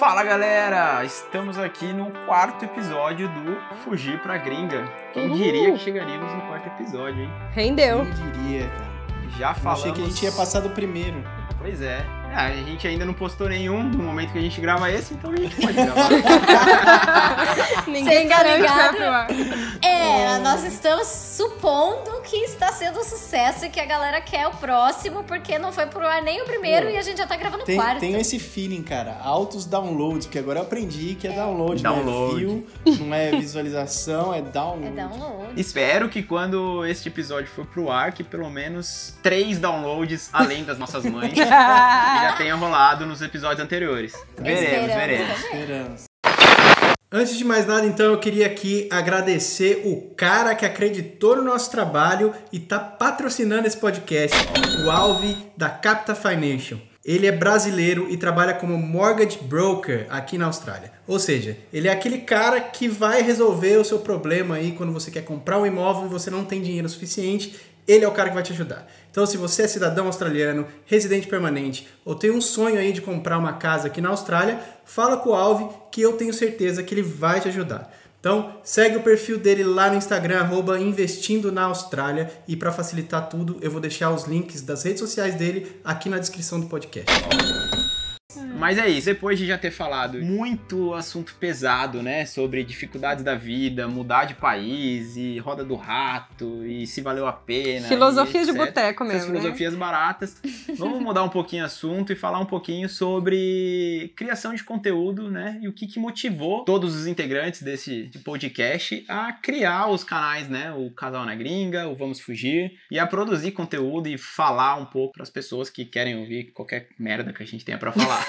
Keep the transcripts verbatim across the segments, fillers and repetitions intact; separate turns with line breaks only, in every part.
Fala galera, estamos aqui no quarto episódio do Fugir pra Gringa. Quem
Uhul.
diria que chegaríamos no quarto episódio, hein?
Rendeu.
Quem diria, cara.
Já falamos...
Eu achei que a gente ia passar do primeiro.
Pois é. é. A gente ainda não postou nenhum no momento que a gente grava esse, então a gente pode gravar.
Ninguém garante que vai pro ar.
É, nós estamos supondo que está sendo um sucesso e que a galera quer o próximo, porque não foi pro ar nem o primeiro. Pô, e a gente já tá gravando o
tem,
quarto.
Tenho esse feeling, cara. Altos downloads, porque agora eu aprendi que é, é. download,
download.
Não é view, não é visualização, é download.
É download.
Espero que quando este episódio for pro ar, que pelo menos três downloads, além das nossas mães, já tenha rolado nos episódios anteriores. Veremos,
Esperamos,
veremos.
Esperamos. Antes de mais nada, então, eu queria aqui agradecer o cara que acreditou no nosso trabalho e tá patrocinando esse podcast, o Alvi, da Capta Financial. Ele é brasileiro e trabalha como mortgage broker aqui na Austrália. Ou seja, ele é aquele cara que vai resolver o seu problema aí quando você quer comprar um imóvel e você não tem dinheiro suficiente. Ele é o cara que vai te ajudar. Então, se você é cidadão australiano, residente permanente, ou tem um sonho aí de comprar uma casa aqui na Austrália, fala com o Alvi que eu tenho certeza que ele vai te ajudar. Então, segue o perfil dele lá no Instagram, arroba Investindo na Austrália. E para facilitar tudo, eu vou deixar os links das redes sociais dele aqui na descrição do podcast.
Mas é isso, depois de já ter falado muito assunto pesado, né, sobre dificuldades da vida, mudar de país e roda do rato e se valeu a pena.
Filosofias de boteco mesmo,
Essas filosofias
né?
baratas. Vamos mudar um pouquinho o assunto e falar um pouquinho sobre criação de conteúdo, né, e o que, que motivou todos os integrantes desse podcast a criar os canais, né, o Casal na Gringa, o Vamos Fugir, e a produzir conteúdo e falar um pouco para as pessoas que querem ouvir qualquer merda que a gente tenha para falar.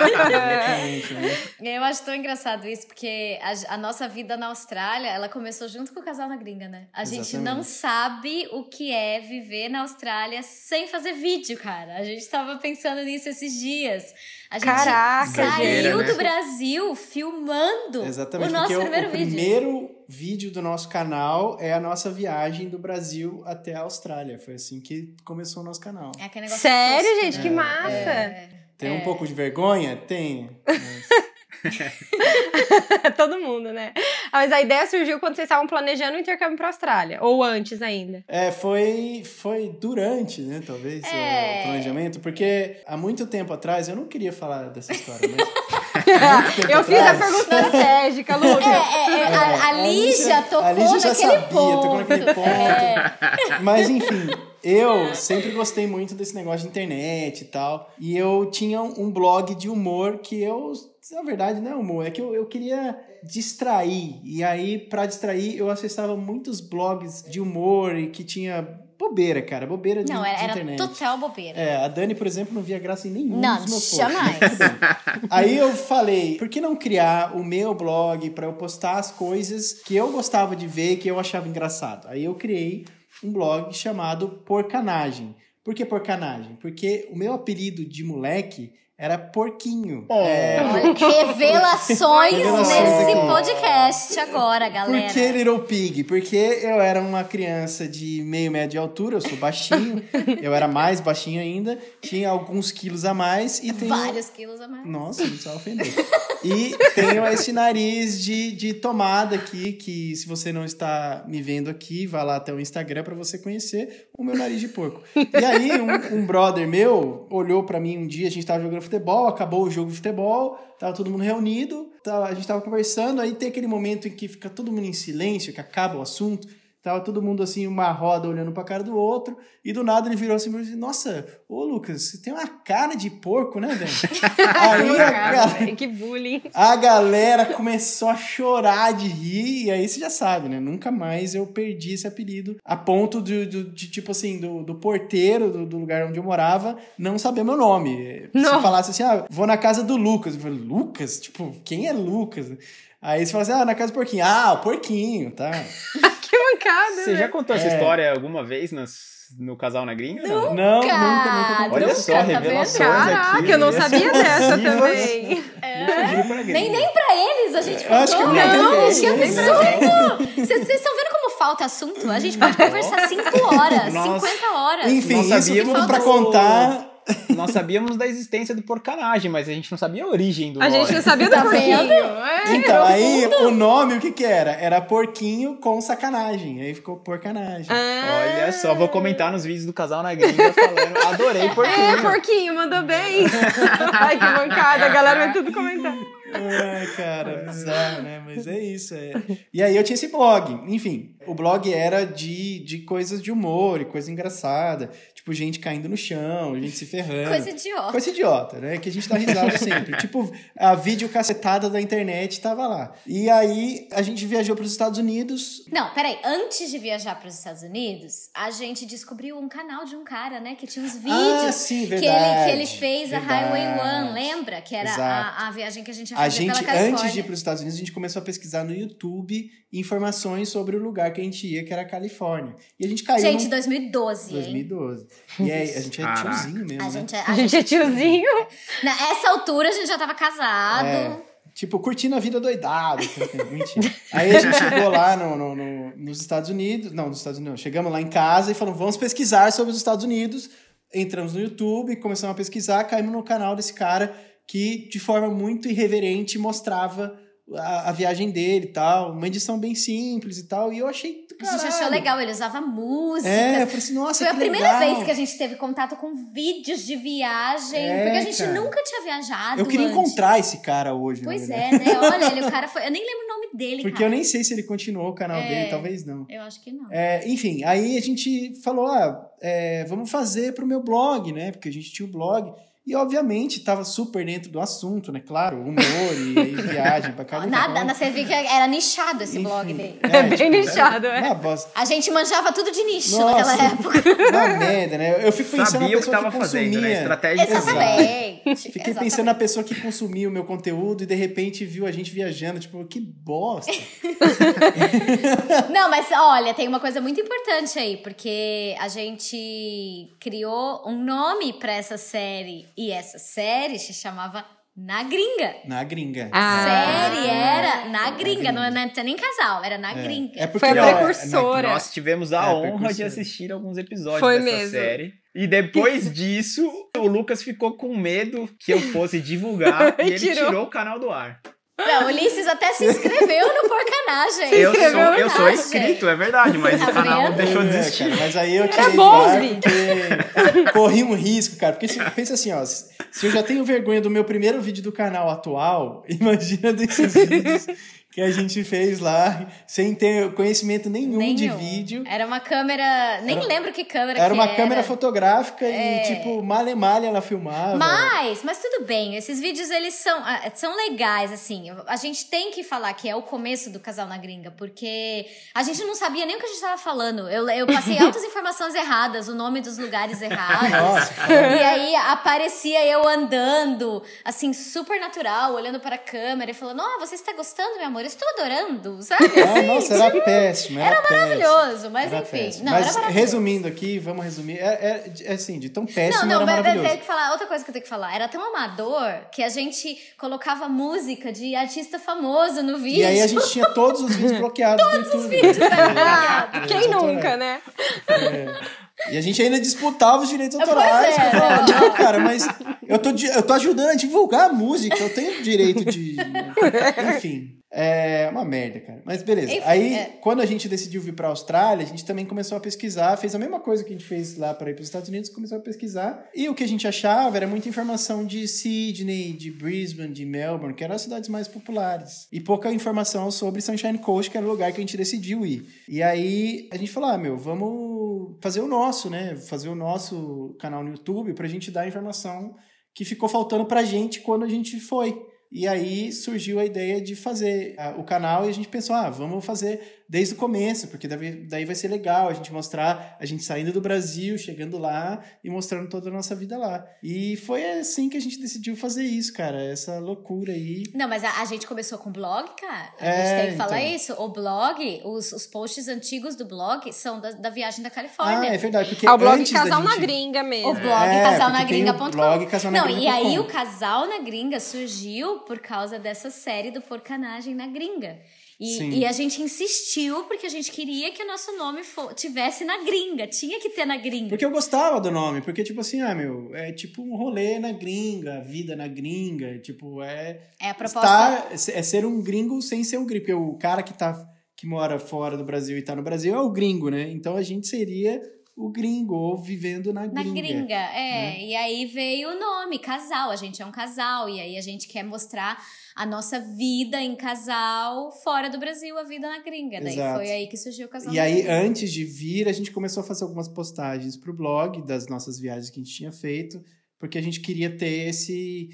Eu acho tão engraçado isso, porque a, a nossa vida na Austrália, ela começou junto com o Casal na Gringa, né? A
Exatamente.
gente não sabe o que é viver na Austrália sem fazer vídeo, cara. A gente tava pensando nisso esses dias. A gente
Caraca,
saiu
gente.
do Brasil filmando
Exatamente,
o nosso
porque
primeiro
o, o
vídeo.
primeiro vídeo do nosso canal é a nossa viagem do Brasil até a Austrália. Foi assim que começou o nosso canal.
É aquele negócio
Sério,
tosco,
gente?
né?
Que massa!
É.
Tem
É.
um pouco de vergonha? Tem. Mas...
Todo mundo, né? Ah, mas a ideia surgiu quando vocês estavam planejando o intercâmbio pra Austrália. Ou antes ainda.
É, foi, foi durante, né, talvez,
É.
o planejamento. Porque há muito tempo atrás, eu não queria falar dessa história, mas...
Eu fiz a pergunta estratégica, Lucas.
É, é, é, a, a Lígia tocou
a Lígia já
naquele
sabia,
ponto.
tocou naquele ponto.
É.
Mas, enfim, eu sempre gostei muito desse negócio de internet e tal. E eu tinha um blog de humor que eu... Na verdade, não é humor, é que eu, eu queria distrair. E aí, pra distrair, eu acessava muitos blogs de humor e que tinha bobeira, cara. Bobeira de,
Não,
de
era,
internet.
era total bobeira.
É, a Dani, por exemplo, não via graça em nenhum
Não,
dos meus posts.
jamais.
Mas tudo bem. Aí eu falei, por que não criar o meu blog pra eu postar as coisas que eu gostava de ver, que eu achava engraçado? Aí eu criei um blog chamado Porcanagem. Por que Porcanagem? Porque o meu apelido de moleque era Porquinho.
Oh.
É,
Olha, revelações
Revelações
nesse
aqui.
podcast agora, galera.
Por que Little Pig? Porque eu era uma criança de meio metro de altura, eu sou baixinho, eu era mais baixinho ainda, tinha alguns quilos a mais e tenho...
Vários quilos a mais.
Nossa, não precisa ofender. E tenho esse nariz de, de tomada aqui, que se você não está me vendo aqui, vá lá até o Instagram para você conhecer o meu nariz de porco. E aí, um, um brother meu olhou para mim um dia, a gente tava jogando futebol, acabou o jogo de futebol, tava todo mundo reunido, tava, a gente tava conversando, aí tem aquele momento em que fica todo mundo em silêncio, que acaba o assunto, tava todo mundo assim, uma roda olhando pra cara do outro, e do nada ele virou assim e disse, nossa, ô Lucas, você tem uma cara de porco, né, velho? Aí a,
Cara,
ga-
que bullying.
a galera começou a chorar de rir, e aí você já sabe, né? Nunca mais eu perdi esse apelido, a ponto de, de, de tipo assim, do, do porteiro do, do lugar onde eu morava não saber meu nome.
Não.
Se falasse assim, ah, vou na casa do Lucas. Eu falei, Lucas? Tipo, quem é Lucas? Aí você fala assim, ah, na casa do Porquinho. Ah, o Porquinho, tá?
Que mancada,
Você
né?
já contou essa
É.
história alguma vez nas, no Casal na Gringa? Não.
Não, nunca, nunca, nunca.
Olha
Nunca,
só,
tá vendo?
revelações
Caraca,
aqui.
eu não sabia dessa também.
Fugir pra Gringa.
Nem, nem pra eles a gente
Eu acho que
contou.
não,
Não,
tem
que
jeito,
absurdo! Vocês estão vendo como falta assunto? A gente pode conversar cinco horas,
Nossa.
cinquenta horas.
Enfim,
Não
isso
sabíamos
tudo pra
do-
contar
nós sabíamos da existência do porcanagem, mas a gente não sabia a origem do
A
nome.
gente não sabia do
Tá
porquinho.
vendo?
É.
Então, aí o nome, o que que era? Era porquinho com sacanagem. Aí ficou porcanagem.
Ah.
Olha só, vou comentar nos vídeos do Casal na Gringa falando, adorei porquinho.
É, porquinho, mandou bem. Ai, que bancada, a galera vai tudo comentar.
Ai, cara, bizarro, né? Mas é isso. É. E aí eu tinha esse blog. Enfim, o blog era de, de coisas de humor e coisa engraçada. Tipo, gente caindo no chão, gente se ferrando.
Coisa idiota.
Coisa idiota, né? Que a gente dá risada sempre. Tipo, a videocacetada da internet tava lá. E aí a gente viajou para os Estados Unidos.
Não, peraí. Antes de viajar para os Estados Unidos, a gente descobriu um canal de um cara, né? Que tinha uns vídeos
Ah, sim,
que, ele,
verdade,
que ele fez a Highway
verdade.
One, lembra? Que era
Exato.
a, a viagem que a gente ia
A
fazer
gente,
pela Califórnia.
antes de ir para os Estados Unidos, a gente começou a pesquisar no YouTube informações sobre o lugar que a gente ia, que era a Califórnia. E a gente caiu
Gente,
num...
dois mil e doze,
dois mil e
hein?
doze. E aí, a gente é
Caraca.
tiozinho mesmo,
A
né?
gente, é-
A gente é tiozinho.
Nessa altura, a gente já tava casado.
É, tipo, curtindo a vida doidada. Mentira. Aí a gente chegou lá no, no- no- nos Estados Unidos. Não, nos Estados Unidos não. Chegamos lá em casa e falamos, vamos pesquisar sobre os Estados Unidos. Entramos no YouTube, começamos a pesquisar, caímos no canal desse cara que, de forma muito irreverente, mostrava a, a viagem dele e tal. Uma edição bem simples e tal. E eu achei,
A gente achou
caralho.
legal, ele usava músicas.
É, eu falei assim, nossa,
Foi a
que
primeira
legal.
vez que a gente teve contato com vídeos de viagem,
É,
porque a gente
cara.
nunca tinha viajado
Eu queria
antes.
encontrar esse cara hoje, na
Pois
verdade.
é, né? Olha, ele, o cara foi... Eu nem lembro o nome dele,
Porque
cara.
eu nem sei se ele continuou o canal
É.
dele, talvez não.
Eu acho que não.
É, enfim, aí a gente falou, ah, é, vamos fazer pro meu blog, né? Porque a gente tinha o blog. E, obviamente, tava super dentro do assunto, né? Claro, humor e, e viagem pra cada
Nada, na você viu que era nichado esse blog dele.
É bem nichado, é.
Uma bosta.
A gente manjava tudo de nicho
Nossa,
naquela época.
uma merda, né? Eu fico pensando
Sabia
na
o que
pessoa
tava
que
fazendo,
consumia...
né? Estratégia de
Exatamente.
Fiquei
Exatamente.
pensando na pessoa que consumia o meu conteúdo e, de repente, viu a gente viajando. Tipo, que bosta.
Não, mas olha, tem uma coisa muito importante aí, porque a gente criou um nome pra essa série, e essa série se chamava Na Gringa.
Na gringa.
Ah.
A série era Na Gringa,
Gringa.
não é não tinha nem casal, era Na Gringa.
É porque,
Foi a
ó,
precursora.
Nós tivemos a
É,
honra
precursor.
de assistir alguns episódios
Foi
dessa
mesmo.
série. E depois disso, o Lucas ficou com medo que eu fosse divulgar e ele
Tirou.
tirou o canal do ar.
Não, o Ulisses até se inscreveu no Porcanagem.
Eu sou,
inscreveu no
eu sou
canal,
inscrito, é verdade, mas
Tá
o canal
vendo?
deixou de
É,
existir.
cara, mas aí eu tirei
bom
do
os
ar
vídeos.
porque corri um risco, cara. Porque se, pensa assim, ó, se se eu já tenho vergonha do meu primeiro vídeo do canal atual, imagina desses vídeos que a gente fez lá, sem ter conhecimento nenhum, de vídeo.
Era uma câmera. Nem
Era-
lembro que câmera
Era
que
uma
era.
câmera fotográfica
É.
e, tipo, malha malha ela filmava.
Mas, mas tudo bem, esses vídeos eles são, ah, são legais, assim. A gente tem que falar que é o começo do Casal na Gringa, porque a gente não sabia nem o que a gente tava falando. Eu, eu passei altas informações erradas, o nome dos lugares errados.
Nossa,
E aí aparecia eu andando, assim, super natural, olhando para a câmera e falando: Ó, você está gostando, meu amor? Eu estou adorando, sabe?
Ah, nossa, era péssimo. Era, péssimo.
Maravilhoso, mas
Era
enfim.
péssimo.
Não,
mas
era maravilhoso.
resumindo aqui, vamos resumir. É, é, é assim, de tão péssimo
Não, não,
era
mas
maravilhoso.
tem que falar, outra coisa que eu tenho que falar. Era tão amador que a gente colocava música de artista famoso no vídeo.
E aí a gente tinha todos os vídeos bloqueados do YouTube.
os vídeos,
Ah,
É,
quem
direitos
nunca,
autorais.
né?
É. E a gente ainda disputava os direitos
Pois
autorais.
é,
Eu falava,
né?
não, cara, mas eu tô, di- eu tô ajudando a divulgar a música, eu tenho direito de... Enfim, é uma merda, cara. Mas beleza.
Enfim,
Aí,
é.
quando a gente decidiu vir pra Austrália, a gente também começou a pesquisar, fez a mesma coisa que a gente fez lá para ir pros Estados Unidos, começou a pesquisar. E o que a gente achava era muita informação de Sydney, de Brisbane, de Melbourne, que eram as cidades mais populares. E pouca informação sobre Sunshine Coast, que era o lugar que a gente decidiu ir. E aí, a gente falou, ah, meu, vamos fazer o nosso, né? Fazer o nosso canal no YouTube pra gente dar a informação que ficou faltando pra gente quando a gente foi. E aí surgiu a ideia de fazer ah, o canal e a gente pensou, ah, vamos fazer desde o começo, porque daí, daí vai ser legal a gente mostrar a gente saindo do Brasil, chegando lá e mostrando toda a nossa vida lá. E foi assim que a gente decidiu fazer isso, cara, essa loucura aí.
Não, mas a, a gente começou com blog, cara. A
É,
gente tem que falar
então.
isso. O blog, os, os posts antigos do blog são da, da viagem da
Ah,
Califórnia.
é verdade, porque
É o blog
antes da
Casal na
gente-
Gringa mesmo.
O blog
É,
casal na
porque tem
gringa
o
ponto com.
blog casal na
Não,
gringa
e
ponto com.
aí o Casal na Gringa surgiu por causa dessa série do Porcanagem na Gringa. E, e a gente insistiu porque a gente queria que o nosso nome fo- tivesse na gringa. Tinha que ter na gringa.
Porque eu gostava do nome. Porque, tipo assim, ah, meu, é tipo um rolê na gringa, vida na gringa. Tipo, é...
É a proposta...
Estar, é ser um gringo sem ser um gringo. Porque o cara que, tá, que mora fora do Brasil e tá no Brasil é o gringo, né? Então a gente seria... o gringo, ou vivendo na gringa.
Na gringa, é.
Né?
E aí veio o nome, casal. A gente é um casal. E aí a gente quer mostrar a nossa vida em casal fora do Brasil, a vida na gringa. Daí
Exato.
foi aí que surgiu o casal.
E aí, antes de vir, a gente começou a fazer algumas postagens pro blog das nossas viagens que a gente tinha feito, porque a gente queria ter esse,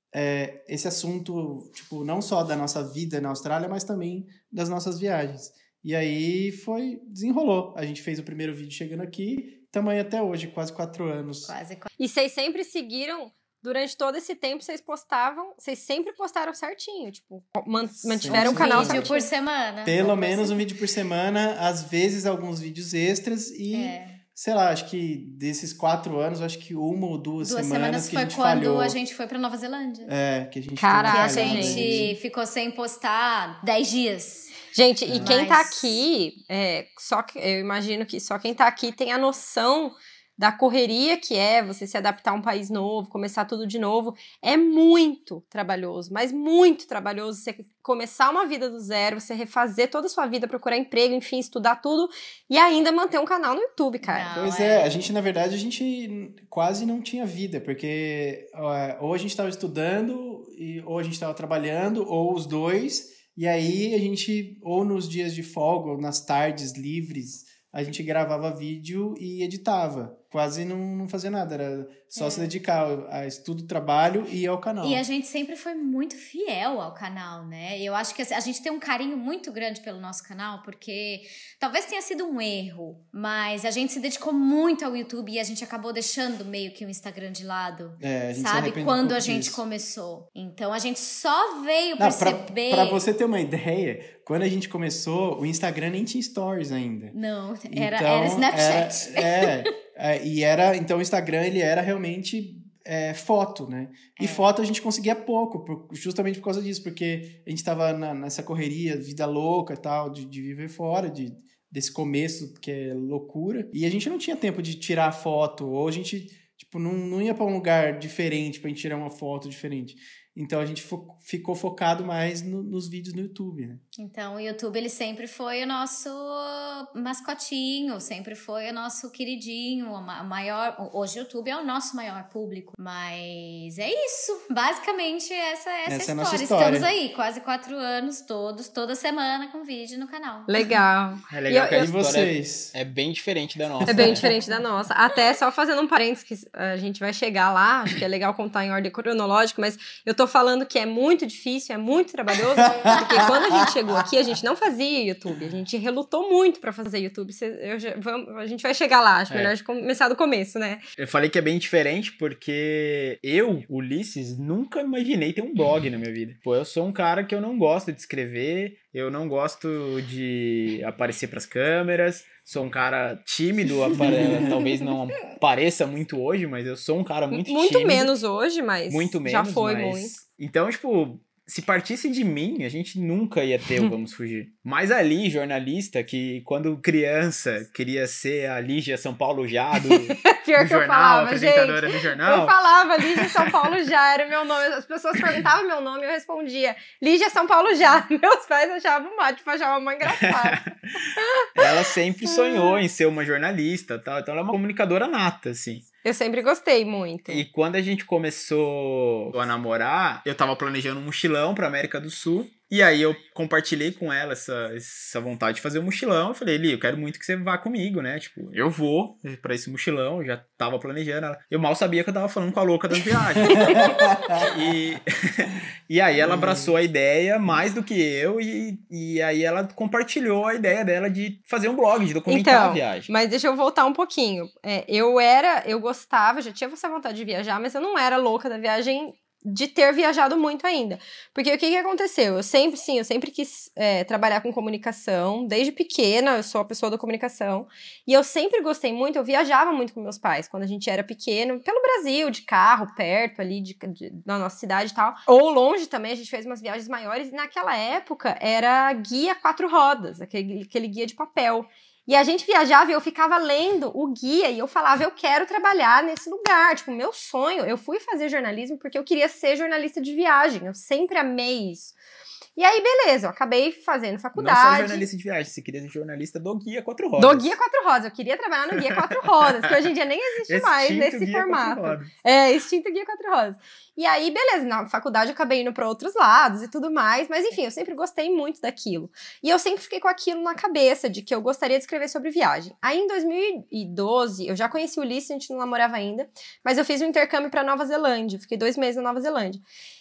é, esse assunto, tipo, não só da nossa vida na Austrália, mas também das nossas viagens. E aí foi, desenrolou. A gente fez o primeiro vídeo chegando aqui, tamanho até hoje, quase quatro anos.
Quase quatro.
E vocês sempre seguiram, durante todo esse tempo, vocês postavam, vocês sempre postaram certinho, tipo, man- mantiveram
sim.
o canal
Um vídeo
certinho.
por semana.
Pelo
Ou
menos
por
um vídeo por semana, às vezes alguns vídeos extras e,
É.
sei lá, acho que desses quatro anos, acho que uma ou duas,
Duas
semanas,
semanas
que a
foi
gente
quando
falhou.
a gente foi pra Nova Zelândia.
É, que a gente
Caraca,
Que a
teve uma
gente
falha.
ficou sem postar dez dias.
Gente, e quem tá
Mas-
aqui, é, só que, eu imagino que só quem tá aqui tem a noção da correria que é você se adaptar a um país novo, começar tudo de novo. É muito trabalhoso, mas muito trabalhoso você começar uma vida do zero, você refazer toda a sua vida, procurar emprego, enfim, estudar tudo e ainda manter um canal no YouTube, cara.
Não,
Pois
é.
é, a gente, na verdade, a gente quase não tinha vida, porque ó, ou a gente estava estudando, e, ou a gente estava trabalhando, ou os dois, e aí a gente, ou nos dias de folga, ou nas tardes livres, a gente gravava vídeo e editava. Quase não, não fazia nada, era só
É.
se dedicar a estudo, trabalho e ao canal.
E a gente sempre foi muito fiel ao canal, né? E eu acho que a gente tem um carinho muito grande pelo nosso canal, porque talvez tenha sido um erro, mas a gente se dedicou muito ao YouTube e a gente acabou deixando meio que o Instagram de lado,
É, a gente se
sabe?
arrepende um
Quando
pouco
a gente
disso.
começou. Então a gente só veio
Não, pra,
perceber...
pra você ter uma ideia, quando a gente começou, o Instagram nem tinha stories ainda.
Não, era,
Então,
era Snapchat.
Era, é, é, e era, então o Instagram ele era realmente é, foto, né? E
É.
foto a gente conseguia pouco, por- justamente por causa disso, porque a gente tava na- nessa correria, vida louca e tal, de, de viver fora, de, desse começo que é loucura, e a gente não tinha tempo de tirar foto, ou a gente tipo, não, não ia pra um lugar diferente pra gente tirar uma foto diferente. Então a gente fo- ficou focado mais no- nos vídeos no YouTube, né?
Então, o YouTube, ele sempre foi o nosso mascotinho, sempre foi o nosso queridinho, o ma- maior... Hoje o YouTube é o nosso maior público, mas é isso. Basicamente, essa, essa,
Essa é a
história.
nossa história.
Estamos aí, quase quatro anos todos, toda semana com vídeo no canal.
Legal.
É legal
E
que
eu-
a
E
história
vocês?
é bem diferente da nossa.
É bem
né?
diferente da nossa. Até só fazendo um parênteses, que a gente vai chegar lá, acho que é legal contar em ordem cronológica, mas eu tô falando que é muito difícil, é muito trabalhoso, porque quando a gente chegou aqui, a gente não fazia YouTube, a gente relutou muito pra fazer YouTube. Cê- eu já- vamos- a gente vai chegar lá, acho
É.
melhor de começar do começo, né?
Eu falei que é bem diferente porque eu, Ulisses, nunca imaginei ter um blog na minha vida. Pô, eu sou um cara que eu não gosto de escrever, eu não gosto de aparecer pras câmeras, sou um cara tímido, apare- talvez não pareça muito hoje, mas eu sou um cara muito,
Muito
tímido.
menos hoje, mas
Muito menos,
já foi
mas...
muito.
Então, tipo, se partisse de mim, a gente nunca ia ter o Vamos Fugir. Mas ali, jornalista, que quando criança queria ser a Lígia São Paulo já, do, do
Pior que eu
jornal,
falava, gente.
apresentadora do
Eu
jornal.
falava Lígia São Paulo já, era meu nome. As pessoas perguntavam meu nome e eu respondia Lígia São Paulo já. Meus pais achavam mal, tipo, achavam mãe engraçada.
Ela sempre sonhou em ser uma jornalista, tal. Então ela é uma comunicadora nata, assim.
Eu sempre gostei muito.
E quando a gente começou a namorar, eu tava planejando um mochilão pra América do Sul. E aí eu compartilhei com ela essa, essa vontade de fazer um mochilão. Eu falei, Li, eu quero muito que você vá comigo, né? Tipo, eu vou pra esse mochilão, eu já tava planejando. Ela- Eu mal sabia que eu tava falando com a louca das viagens. e, e aí ela abraçou a ideia mais do que eu. E, e aí ela compartilhou a ideia dela de fazer um blog, de documentar a
Então,
viagem.
mas deixa eu voltar um pouquinho. É, eu era, eu gostava, já tinha essa vontade de viajar, mas eu não era louca da viagem de ter viajado muito ainda. Porque o que que aconteceu? Eu sempre, sim, eu sempre quis é, trabalhar com comunicação, desde pequena, eu sou a pessoa da comunicação, e eu sempre gostei muito, eu viajava muito com meus pais, quando a gente era pequeno, pelo Brasil, de carro, perto ali, de, de, na nossa cidade e tal, ou longe também, a gente fez umas viagens maiores, e naquela época era guia quatro rodas, aquele, aquele guia de papel. E a gente viajava e eu ficava lendo o guia e eu falava, eu quero trabalhar nesse lugar. Tipo, meu sonho, eu fui fazer jornalismo porque eu queria ser jornalista de viagem. Eu sempre amei isso. E aí, beleza, eu acabei fazendo faculdade.
Não só jornalista de viagem, você queria ser jornalista do Guia Quatro Rodas.
Do Guia Quatro Rodas, eu queria trabalhar no Guia Quatro Rodas, que hoje em dia nem existe mais nesse
Guia
formato. É, extinto Guia Quatro Rodas. E aí, beleza, na faculdade eu acabei indo para outros lados e tudo mais, mas enfim, eu sempre gostei muito daquilo. E eu sempre fiquei com aquilo na cabeça, de que eu gostaria de escrever sobre viagem. Aí, em dois mil e doze, eu já conheci o Ulisses, a gente não namorava ainda, mas eu fiz um intercâmbio para Nova Zelândia, fiquei dois meses na Nova Zelândia.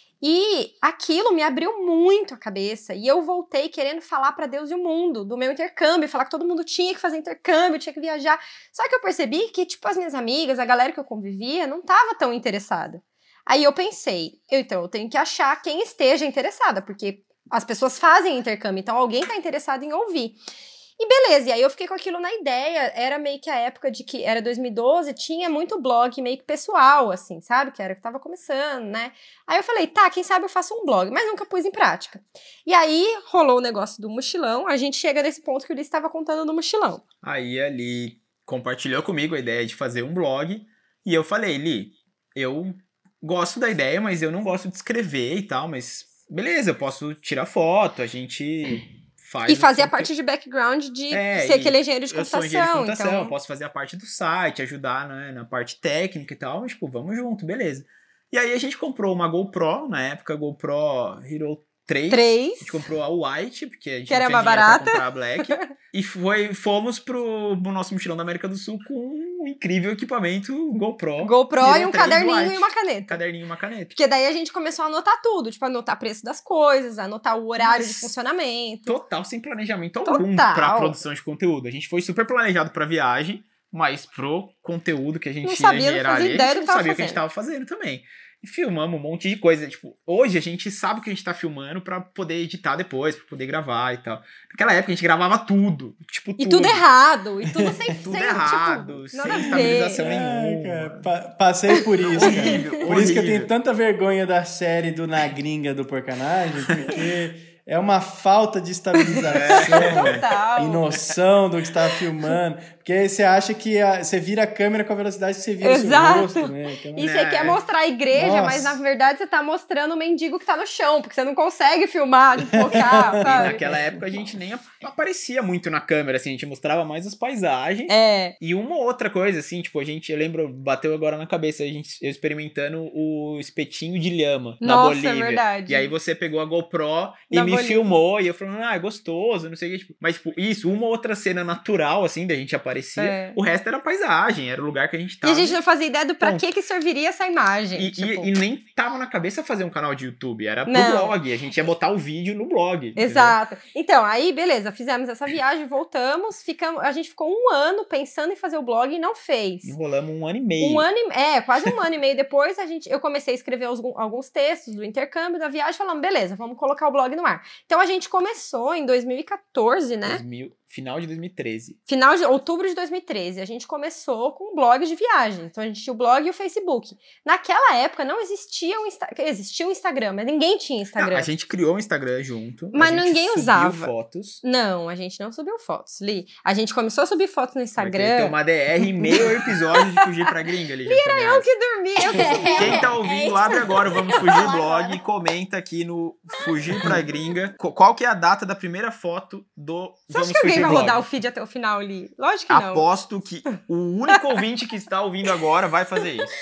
E aquilo me abriu muito a cabeça, e eu voltei querendo falar pra Deus e o mundo do meu intercâmbio, falar que todo mundo tinha que fazer intercâmbio, tinha que viajar. Só que eu percebi que, tipo, as minhas amigas, a galera que eu convivia, não tava tão interessada. Aí eu pensei, eu, então eu tenho que achar quem esteja interessada, porque as pessoas fazem intercâmbio, então alguém tá interessado em ouvir. E beleza, e aí eu fiquei com aquilo na ideia, era meio que a época de que, era dois mil e doze, tinha muito blog meio que pessoal, assim, sabe? Que era o que tava começando, né? Aí eu falei, tá, quem sabe eu faço um blog, mas nunca pus em prática. E aí rolou o negócio do mochilão, a gente chega nesse ponto que o Ulisses estava contando do mochilão.
Aí ali compartilhou comigo a ideia de fazer um blog, e eu falei, Li, eu gosto da ideia, mas eu não gosto de escrever e tal, mas beleza, eu posso tirar foto, a gente... Faz
e fazer a parte de background de é, ser aquele engenheiro de computação.
Eu sou engenheiro de computação,
então...
eu posso fazer a parte do site, ajudar, né, na parte técnica e tal, mas, tipo, vamos junto, beleza. E aí a gente comprou uma GoPro, na época, a GoPro Hero três.
três.
A gente comprou a White, porque a gente
que
não
era
tinha
mais
dinheiro
barata.
pra comprar a Black. E foi, fomos pro, pro nosso mochilão da América do Sul com um incrível equipamento GoPro.
GoPro e um caderninho
White.
E uma caneta.
Caderninho e uma caneta.
Porque daí a gente começou a anotar tudo, tipo, anotar preço das coisas, anotar o horário Mas, de funcionamento.
Total, sem planejamento algum pra produção de conteúdo. A gente foi super planejado pra viagem, mas pro conteúdo que a gente
não
ia
sabia,
gerar
ali,
a gente não sabia
fazendo.
o que a gente tava fazendo também. E filmamos um monte de coisa. Tipo, hoje a gente sabe o que a gente tá filmando pra poder editar depois, pra poder gravar e tal. Naquela época a gente gravava tudo. Tipo,
e
tudo.
tudo errado. E tudo sem
Tudo
sem,
errado,
tipo,
sem estabilização
é,
nenhuma.
Cara, pa passei por isso,
horrível,
cara. Por
horrível.
isso que eu tenho tanta vergonha da série do Na Gringa do Porcanagem, porque... É uma falta de estabilização
Total.
e noção do que você tá filmando. Porque aí você acha que a, você vira a câmera com a velocidade que você vira
Exato.
o seu rosto, né? Então,
e você
é.
quer mostrar a igreja,
Nossa.
mas na verdade você tá mostrando o mendigo que tá no chão, porque você não consegue filmar, focar, sabe?
E naquela época a gente nem aparecia muito na câmera, assim, a gente mostrava mais as paisagens.
É.
E uma outra coisa, assim, tipo, a gente, eu lembro, bateu agora na cabeça, a gente, eu experimentando o espetinho de lhama na
Nossa,
Bolívia.
é verdade.
E aí você pegou a GoPro e
Na
me
Bolívia.
filmou, e eu falando, ah, é gostoso, não sei o que, tipo, mas, tipo, isso, uma outra cena natural, assim, da gente aparecia,
É.
o resto era paisagem, era o lugar que a gente
E
tava.
a gente não fazia ideia do pra
Bom,
que que serviria essa imagem.
E,
tipo...
e, e nem tava na cabeça fazer um canal de YouTube, era pro
Não.
blog, a gente ia botar o vídeo no blog. entendeu?
Exato. Então, aí, beleza, fizemos essa viagem, voltamos, ficamos, a gente ficou um ano pensando em fazer o blog e não fez.
Enrolamos um ano e meio.
Um ano e, é, quase um ano e meio depois, a gente, eu comecei a escrever os, alguns textos do intercâmbio, da viagem, falando, beleza, vamos colocar o blog no ar. Então, a gente começou em dois mil e quatorze, né?
dois mil, final de dois mil e treze.
Final de outubro de dois mil e treze, a gente começou com um blog de viagem. Então, a gente tinha o blog e o Facebook. Naquela época, não existia um Instagram. Existia um Instagram, mas ninguém tinha Instagram.
Não, a gente criou um Instagram junto.
Mas
a gente
ninguém
subiu
usava.
fotos.
Não, a gente não subiu fotos, Li. A gente começou a subir fotos no
Vai
Instagram.
ter uma D R em meio ao episódio de Fugir pra Gringa ali.
Li, era eu que dormi. Eu que...
Quem tá ouvindo,
É
abre
isso.
agora o Vamos Fugir blog e comenta aqui no Fugir pra Gringa qu- qual que é a data da primeira foto do
Você
Vamos
acha que alguém
Fugir
vai
blog.
rodar o feed até o final, Li? Lógico que não.
Aposto que o único ouvinte que está ouvindo agora vai fazer isso.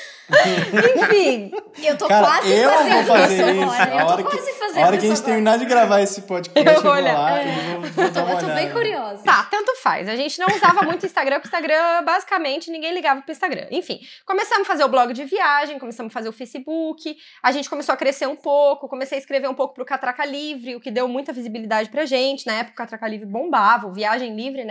Enfim,
Eu tô
Cara,
quase
eu
fazendo
vou fazer
isso
isso.
agora.
A
Eu
hora
tô
que-
quase fazendo
A hora que a
isso
gente
agora.
terminar de gravar esse podcast,
Eu
eu
vou
vou
olhar.
lá
É.
e vou, vou
Eu tô,
dar uma
eu tô bem
olhada.
curiosa.
tá, tanto faz. A gente não usava muito Instagram, porque o Instagram, basicamente, ninguém ligava pro Instagram. Enfim, começamos a fazer o blog de viagem, começamos a fazer o Facebook, a gente começou a crescer um pouco, comecei a escrever um pouco pro Catraca Livre, o que deu muita visibilidade pra gente. Na época, o Catraca Livre bombava, o Viagem Livre, né?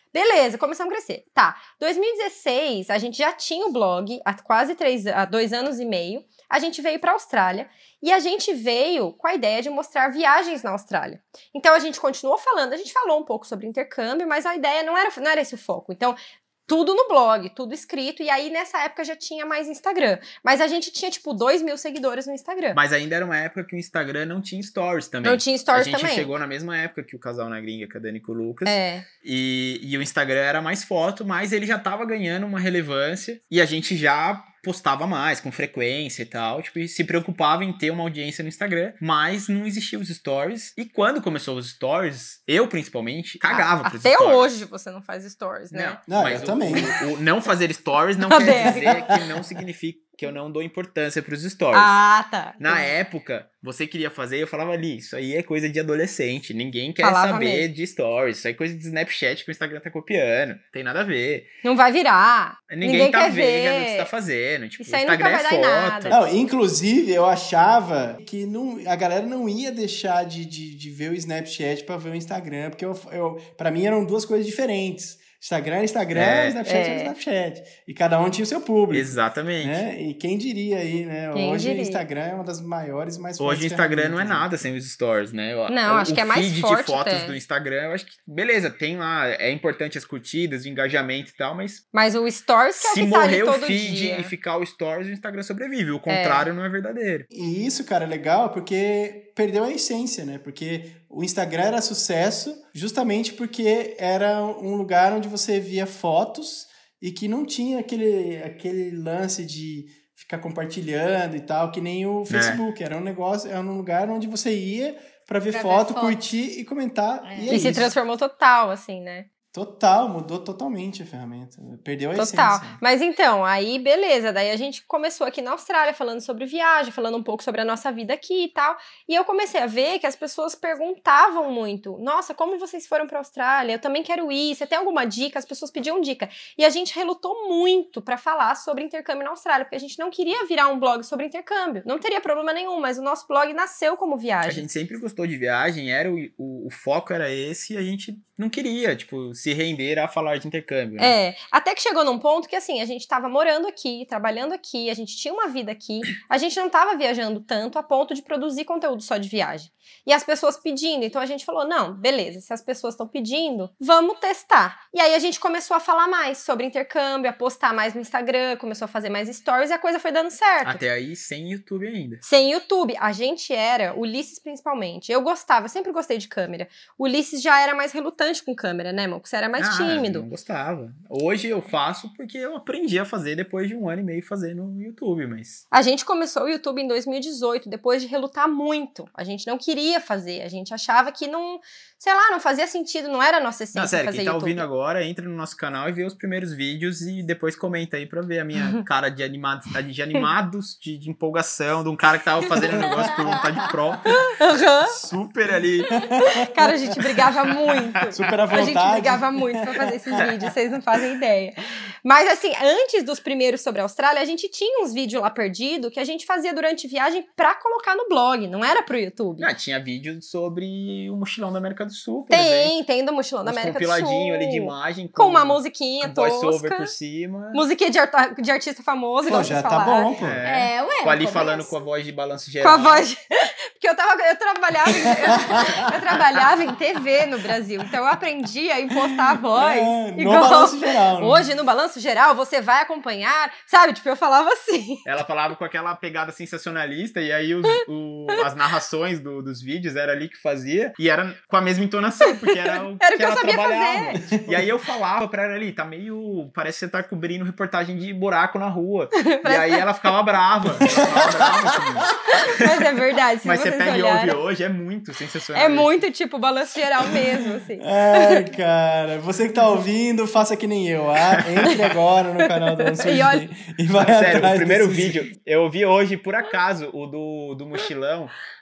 Beleza, começamos a crescer. Tá, dois mil e dezesseis, a gente já tinha o blog há quase três, há dois anos e meio. A gente veio para a Austrália e a gente veio com a ideia de mostrar viagens na Austrália. Então, a gente continuou falando, a gente falou um pouco sobre intercâmbio, mas a ideia não era, não era esse o foco. Então, tudo no blog, tudo escrito, e aí nessa época já tinha mais Instagram. Mas a gente tinha, tipo, dois mil seguidores no Instagram.
Mas ainda era uma época que o Instagram não tinha stories também.
Não tinha stories
também. A gente
também.
chegou na mesma época que o Casal na Gringa, com a Dani e com o Lucas.
É.
E, e o Instagram era mais foto, mas ele já tava ganhando uma relevância. E a gente já postava mais, com frequência e tal. Tipo, e se preocupava em ter uma audiência no Instagram. Mas não existiam os stories. E quando começou os stories, eu principalmente cagava
a,
pros
até
stories.
Até hoje você não faz stories, né?
Não,
não
mas
eu
o,
também.
O, o não fazer stories não quer dizer que não significa que eu não dou importância pros stories.
Ah, tá.
Na Entendi. época, você queria fazer, eu falava ali, isso aí é coisa de adolescente, ninguém quer
Falava
saber
mesmo.
de stories, isso aí é coisa de Snapchat que o Instagram tá copiando, não tem nada a ver.
Não vai virar.
Ninguém,
Ninguém
tá
quer
vendo
ver.
o que você tá fazendo, tipo,
Isso aí
o Instagram
nunca vai
é
dar em
foto.
nada.
Não, inclusive, eu achava que não, a galera não ia deixar de, de, de ver o Snapchat pra ver o Instagram, porque eu, eu, pra mim eram duas coisas diferentes. Instagram era Instagram,
É,
Snapchat
é.
era Snapchat. E cada um tinha o seu público.
Exatamente.
Né? E quem diria aí, né?
Quem
Hoje
diria?
o Instagram é uma das maiores e mais fortes
Hoje o Instagram não é
ferramentas, né?
nada sem os stories, né?
Não,
o,
acho que é mais
O feed
forte
de fotos
até.
do Instagram, eu acho que, beleza, tem lá, é importante as curtidas, o engajamento e tal, mas
Mas o stories que é o
se
que tá ali
morrer o
todo
feed
dia.
e ficar o stories, o Instagram sobrevive. O contrário não é verdadeiro.
E isso, cara, é legal porque perdeu a essência, né? Porque o Instagram era sucesso justamente porque era um lugar onde você via fotos e que não tinha aquele, aquele lance de ficar compartilhando e tal, que nem o Facebook. É. Era um negócio, era um lugar onde você ia pra ver,
pra
foto,
ver foto,
curtir e comentar.
É.
E,
E,
é
se
isso.
transformou total, assim, né?
Total, mudou totalmente a ferramenta. Perdeu a
Total.
essência.
Mas então, aí beleza. Daí a gente começou aqui na Austrália falando sobre viagem, falando um pouco sobre a nossa vida aqui e tal. E eu comecei a ver que as pessoas perguntavam muito. Nossa, como vocês foram pra Austrália? Eu também quero ir. Você tem alguma dica? As pessoas pediam dica. E a gente relutou muito pra falar sobre intercâmbio na Austrália, porque a gente não queria virar um blog sobre intercâmbio. Não teria problema nenhum, mas o nosso blog nasceu como viagem.
A gente sempre gostou de viagem, era o, o, o foco era esse e a gente não queria, tipo, se render a falar de intercâmbio. Né?
É, até que chegou num ponto que, assim, a gente tava morando aqui, trabalhando aqui, a gente tinha uma vida aqui, a gente não tava viajando tanto a ponto de produzir conteúdo só de viagem. E as pessoas pedindo, então a gente falou, não, beleza, se as pessoas estão pedindo, vamos testar. E aí a gente começou a falar mais sobre intercâmbio, a postar mais no Instagram, começou a fazer mais stories e a coisa foi dando certo.
Até aí, sem YouTube ainda.
Sem YouTube. A gente era, o Ulisses principalmente, eu gostava, eu sempre gostei de câmera. O Ulisses já era mais relutante com câmera, né, irmão? Porque você era mais
ah,
tímido.
Não gostava. Hoje eu faço porque eu aprendi a fazer depois de um ano e meio fazendo no YouTube, mas...
A gente começou o YouTube em dois mil e dezoito, depois de relutar muito. A gente não queria fazer, a gente achava que não, sei lá, não fazia sentido, não era a nossa essência
não, sério,
fazer
quem tá
YouTube.
ouvindo agora, entra no nosso canal e vê os primeiros vídeos e depois comenta aí pra ver a minha cara de animados, de animados, de, de empolgação, de um cara que tava fazendo um negócio por vontade própria.
Uhum.
Super ali.
Cara, a gente brigava muito.
Super à vontade.
A gente brigava muito pra fazer esses vídeos, vocês não fazem ideia. Mas assim, antes dos primeiros sobre a Austrália, a gente tinha uns vídeos lá perdidos que a gente fazia durante viagem pra colocar no blog, não era pro YouTube.
Ah, tinha vídeo sobre o mochilão da América do Sul, por exemplo.
Tem, tem do Mochilão da
Uns
América do Sul.
compiladinho ali de imagem.
Com, com uma musiquinha
com
tosca.
voice-over por cima.
Musiquinha de, art- de artista famoso,
Pô,
igual
já
vocês
tá
falaram.
bom, pô.
É,
É, ué,
com ali
no
falando
começo.
com a voz de balanço
Com
geral.
a voz... Porque eu, tava, eu, trabalhava em, eu, eu trabalhava em T V no Brasil, então eu aprendi a impostar a voz.
É, no
igual-
balanço geral. Né?
Hoje, no Balanço Geral, você vai acompanhar, sabe? Tipo, eu falava assim.
Ela falava com aquela pegada sensacionalista, e aí os, o, as narrações do, dos vídeos era ali que fazia, e era com a mesma entonação, porque era o
Era o que eu
ela
sabia
trabalhava.
fazer.
E aí eu falava pra ela ali, tá meio... Parece que você tá cobrindo reportagem de buraco na rua. E aí ela ficava brava. Ela ficava brava comigo.
Mas é verdade, se
Mas você
vocês
pega e ouve
olharem.
hoje, é muito sensacional.
É muito tipo Balanço Geral mesmo, assim.
Ai, cara, você que tá ouvindo, faça que nem eu, ah? Entre agora no canal do Anso
E olha-
e vai
Sério,
atrás
o primeiro
desses-
vídeo, eu vi hoje, por acaso, o do, do mochilão,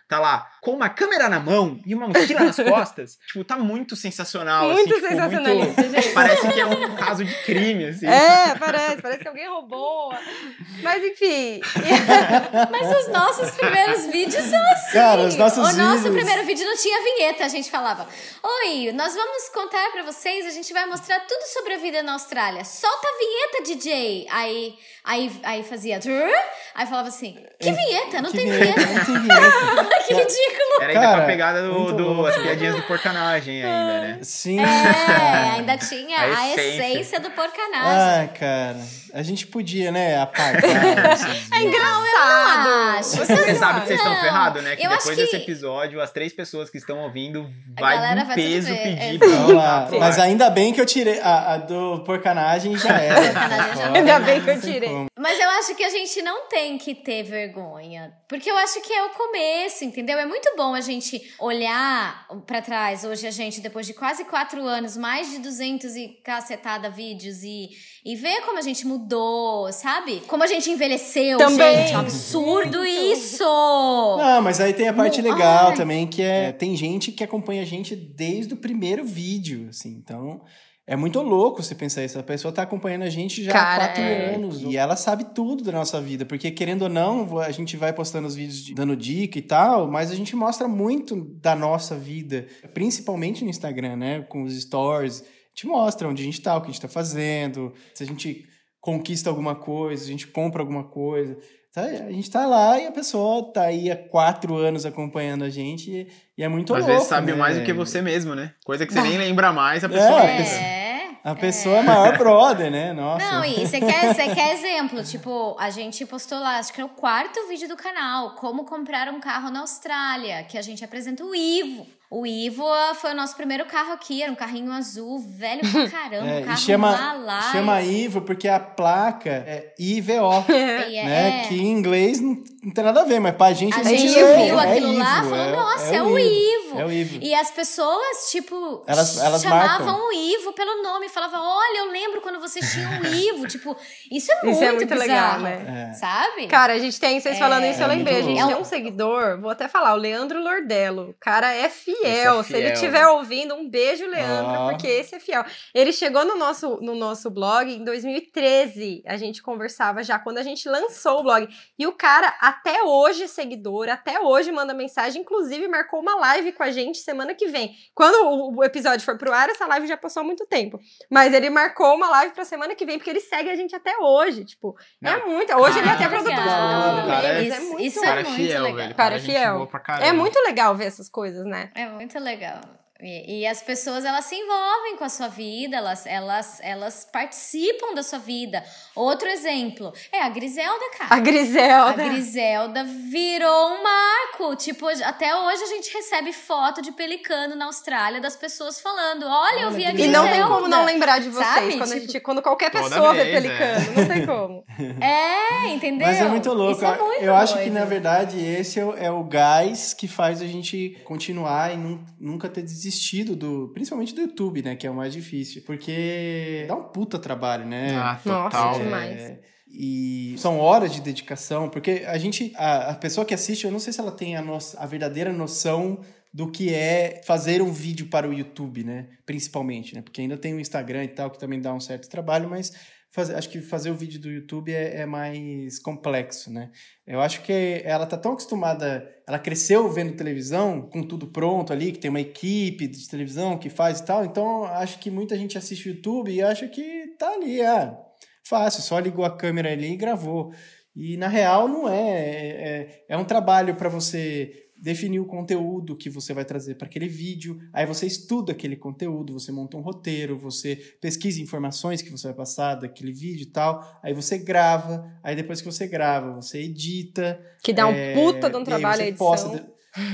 tá lá com uma câmera na mão e uma mochila nas costas. Tipo, tá muito sensacional.
Muito
assim, tipo,
sensacionalista,
muito...
gente.
Parece que é um caso de crime, assim.
É, parece, parece que alguém roubou. Mas enfim.
Mas os nossos primeiros vídeos são assim.
Cara, os nossos
o nosso
vídeos...
primeiro vídeo não tinha vinheta, a gente falava: oi, nós vamos contar pra vocês, a gente vai mostrar tudo sobre a vida na Austrália. Solta a vinheta, D J. Aí, aí, aí fazia... Aí falava assim, que vinheta? Não
que
tem
vinheta,
vinheta.
não tem vinheta.
Que ridículo.
Era ainda
Cara,
com a pegada do,
muito
do
louco.
as piadinhas do porcanagem ainda, né?
Sim.
É, ainda tinha
A
a
essência.
essência do porcanagem.
Ai, cara, a gente podia, né, apagar esses
É
vídeos.
engraçado.
acho.
Você
Vocês
sabe que vocês estão
não.
ferrados, né? Que
Eu acho
depois
que-
desse episódio, as três pessoas que estão ouvindo
A
vai
galera
em
vai tudo
peso
ver,
pedir
é.
pra
Vamos lá.
voltar pro
Mas
ar.
ainda bem que eu tirei a, a do porcanagem já era.
Porcanagem já
Fora,
Ainda bem que eu
não tem
tirei.
como.
Mas eu acho que a gente não tem que ter vergonha. Porque eu acho que é o começo, entendeu? É muito bom a gente olhar pra trás. Hoje a gente, depois de quase quatro anos, mais de duzentos e cacetada vídeos e, e ver como a gente mudou, sabe? Como a gente envelheceu,
Também.
gente. É um absurdo isso!
Não, mas aí tem a parte legal
Ai.
também, que é... Tem gente que acompanha a gente desde o primeiro vídeo, assim. Então, é muito louco você pensar isso. A pessoa tá acompanhando a gente já
Cara,
há quatro
é.
anos. E ela sabe tudo da nossa vida. Porque, querendo ou não, a gente vai postando os vídeos de- dando dica e tal, mas a gente mostra muito da nossa vida. Principalmente no Instagram, né? Com os stories. A gente mostra onde a gente tá, o que a gente tá fazendo. Se a gente conquista alguma coisa, se a gente compra alguma coisa. Tá, a gente tá lá e a pessoa tá aí há quatro anos acompanhando a gente e, e é muito
Às
louco,
vezes sabe
né?
mais do que você mesmo, né? Coisa que você nem lembra mais, a pessoa
É.
lembra.
É.
A pessoa é, maior brother, né? Nossa.
Não, e você quer, você quer exemplo? Tipo, a gente postou lá, acho que é o quarto vídeo do canal, como comprar um carro na Austrália, que a gente apresenta o Ivo. O Ivo ah, foi o nosso primeiro carro aqui, era um carrinho azul, velho pra caramba,
É,
um carro
e chama,
malai.
chama Ivo porque a placa é I V O,
E é-
né?
é.
Que em inglês não, não tem nada a ver, mas pra gente...
A
não
gente
sei,
viu
é
aquilo
Ivo,
lá e falou,
é-
nossa, é, o Ivo.
É o Ivo.
E as pessoas, tipo,
Elas- elas
chamavam
marcam.
o Ivo pelo nome, falavam, olha, eu lembro quando vocês tinham o Ivo. Tipo, isso é muito,
Isso é muito legal,
bizarro,
né?
É.
sabe?
Cara, a gente tem, vocês falando isso, eu
É
lembrei. A
muito
gente
louco.
tem um seguidor, vou até falar, o Leandro Lordello. O cara é fiel.
Esse é
Se ele
fiel,
estiver
né?
ouvindo, um beijo, Leandro,
Ah.
porque esse é fiel. Ele chegou no nosso, no nosso blog em dois mil e treze. A gente conversava já quando a gente lançou o blog. E o cara, até hoje, é seguidor, até hoje manda mensagem, inclusive marcou uma live com a gente semana que vem. Quando o, o episódio for pro ar, essa live já passou há muito tempo. Mas ele marcou uma live pra semana que vem, porque ele segue a gente até hoje. Tipo, é
Não,
muito. Hoje ele é até
cara,
produtor de
legal.
conteúdo
Cara,
mesmo,
isso-
é muito
isso
O
é
cara é
muito
fiel,
legal.
velho.
Cara, é
gente
fiel.
boa pra caramba.
É muito legal ver essas coisas, né?
É muito legal. E, e as pessoas, elas se envolvem com a sua vida, elas, elas, elas participam da sua vida. Outro exemplo é a Griselda, cara.
A Griselda.
A Griselda virou um marco. Tipo, até hoje a gente recebe foto de pelicano na Austrália das pessoas falando: olha, eu vi a
E
Griselda.
não tem como não lembrar de vocês.
Sabe?
Quando, a
Tipo,
gente, quando qualquer
toda
pessoa vê
vez,
pelicano. Não tem como.
É, entendeu?
Mas é muito louco.
Isso é muito
eu acho que,
doido.
na verdade, esse é o, é o gás que faz a gente continuar e nun- nunca ter desistido do... Principalmente do YouTube, né? Que é o mais difícil. Porque dá um puta trabalho, né?
Ah,
Nossa,
total.
demais.
É, e são horas de dedicação, porque a gente, a, a pessoa que assiste, eu não sei se ela tem a, no, a verdadeira noção do que é fazer um vídeo para o YouTube, né? Principalmente, né? Porque ainda tem o Instagram e tal, que também dá um certo trabalho, mas faz, acho que fazer o vídeo do YouTube é, é mais complexo, né? Eu acho que ela tá tão acostumada, ela cresceu vendo televisão, com tudo pronto ali, que tem uma equipe de televisão que faz e tal, então acho que muita gente assiste o YouTube e acha que tá ali, ah, fácil, só ligou a câmera ali e gravou. E na real não é, é, é um trabalho para você definir o conteúdo que você vai trazer para aquele vídeo, aí você estuda aquele conteúdo, você monta um roteiro, você pesquisa informações que você vai passar daquele vídeo e tal, aí você grava, aí depois que você grava, você edita.
Que dá um
é,
puta de um
e aí
trabalho a
você
edição.
posta,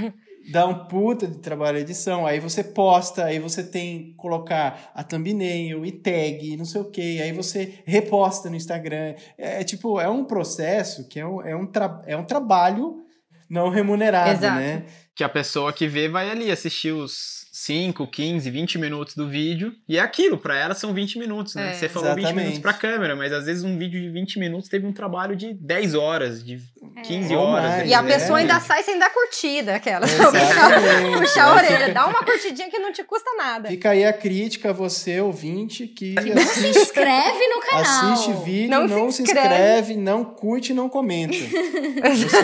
dá um puta de trabalho a edição, aí você posta, aí você tem que colocar a thumbnail e tag, não sei o que, aí você reposta no Instagram. É, é tipo, é um processo que é um, é um, tra- é um trabalho não remunerado,
Exato.
né?
Que a pessoa que vê vai ali assistir os cinco, quinze, vinte minutos do vídeo. E é aquilo, pra ela são vinte minutos, né?
É.
Você falou
Exatamente.
vinte minutos pra câmera, mas às vezes um vídeo de vinte minutos teve um trabalho de dez horas, de quinze
Ou
horas.
mais.
E a
É.
pessoa ainda sai sem dar curtida, aquela.
Exatamente.
Puxar a orelha, dá uma curtidinha que não te custa nada.
Fica aí a crítica, você ouvinte, que
Não se
assiste,
inscreve no canal.
assiste vídeo,
Não
não,
se
se
inscreve.
inscreve, não curte, não comenta. Você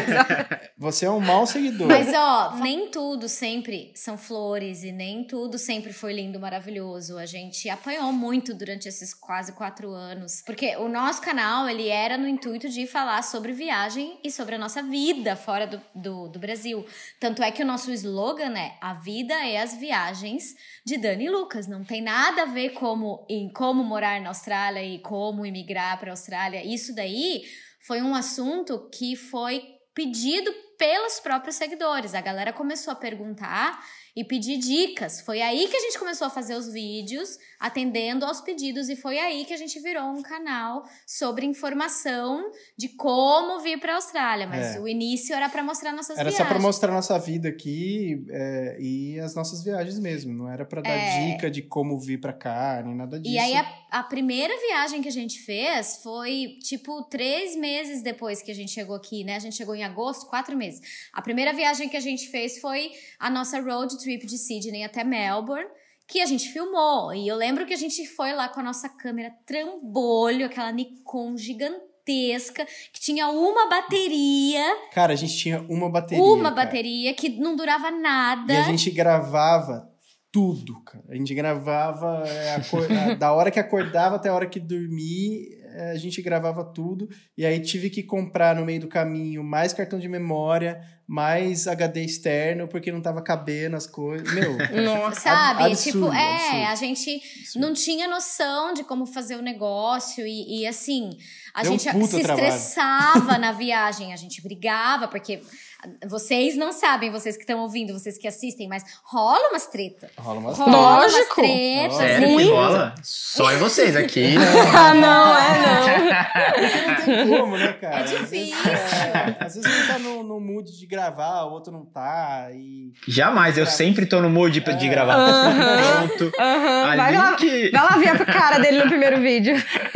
é, você é um mau seguidor.
Mas, ó, nem tudo sempre são flores e nem tudo sempre foi lindo, maravilhoso. A gente apanhou muito durante esses quase quatro anos. Porque o nosso canal, ele era no intuito de falar sobre viagem e sobre a nossa vida fora do, do, do Brasil. Tanto é que o nosso slogan é A Vida é as Viagens de Dani e Lucas. Não tem nada a ver como, em como morar na Austrália e como imigrar para a Austrália. Isso daí foi um assunto que foi pedido pelos próprios seguidores. A galera começou a perguntar e pedir dicas. Foi aí que a gente começou a fazer os vídeos, atendendo aos pedidos, e foi aí que a gente virou um canal sobre informação de como vir para a Austrália. Mas
É.
o início era para mostrar nossas
Era
viagens.
só pra mostrar nossa vida aqui é, e as nossas viagens mesmo. Não era pra dar
É.
dica de como vir pra cá, nem nada disso.
E aí, a, a primeira viagem que a gente fez foi, tipo, três meses depois que a gente chegou aqui, né? A gente chegou em agosto, quatro meses. A primeira viagem que a gente fez foi a nossa road trip de Sydney até Melbourne, que a gente filmou. E eu lembro que a gente foi lá com a nossa câmera trambolho, aquela Nikon gigantesca, que tinha uma bateria,
Cara, a gente tinha uma bateria.
uma
cara.
bateria que não durava nada.
E a gente gravava tudo, cara. A gente gravava é, acor- a- da hora que acordava até a hora que dormia, é, a gente gravava tudo. E aí tive que comprar no meio do caminho mais cartão de memória, mais H D externo, porque não tava cabendo as coisas. Meu,
Nossa.
Sabe?
absurdo,
tipo, é,
absurdo.
a gente não tinha noção de como fazer o negócio e, e, assim, a
Deu um
gente
puta
se
trabalho.
estressava na viagem, a gente brigava, porque vocês não sabem, vocês que estão ouvindo, vocês que assistem, mas rola umas treta.
rola umas
Rola
Lógico.
umas tretas.
Nossa.
Sério que
Muito.
rola? Só em vocês aqui.
Ah, não, é não.
Porque não tem como, né, cara?
É
Às vezes,
difícil.
é, às vezes um tá no, no mood de gravar, o outro não tá. E...
Jamais, eu sempre tô no mood de, de gravar.
Aham.
Pronto.
Aham, vai,
Ali
lá,
que...
vai lá ver a cara dele no primeiro vídeo.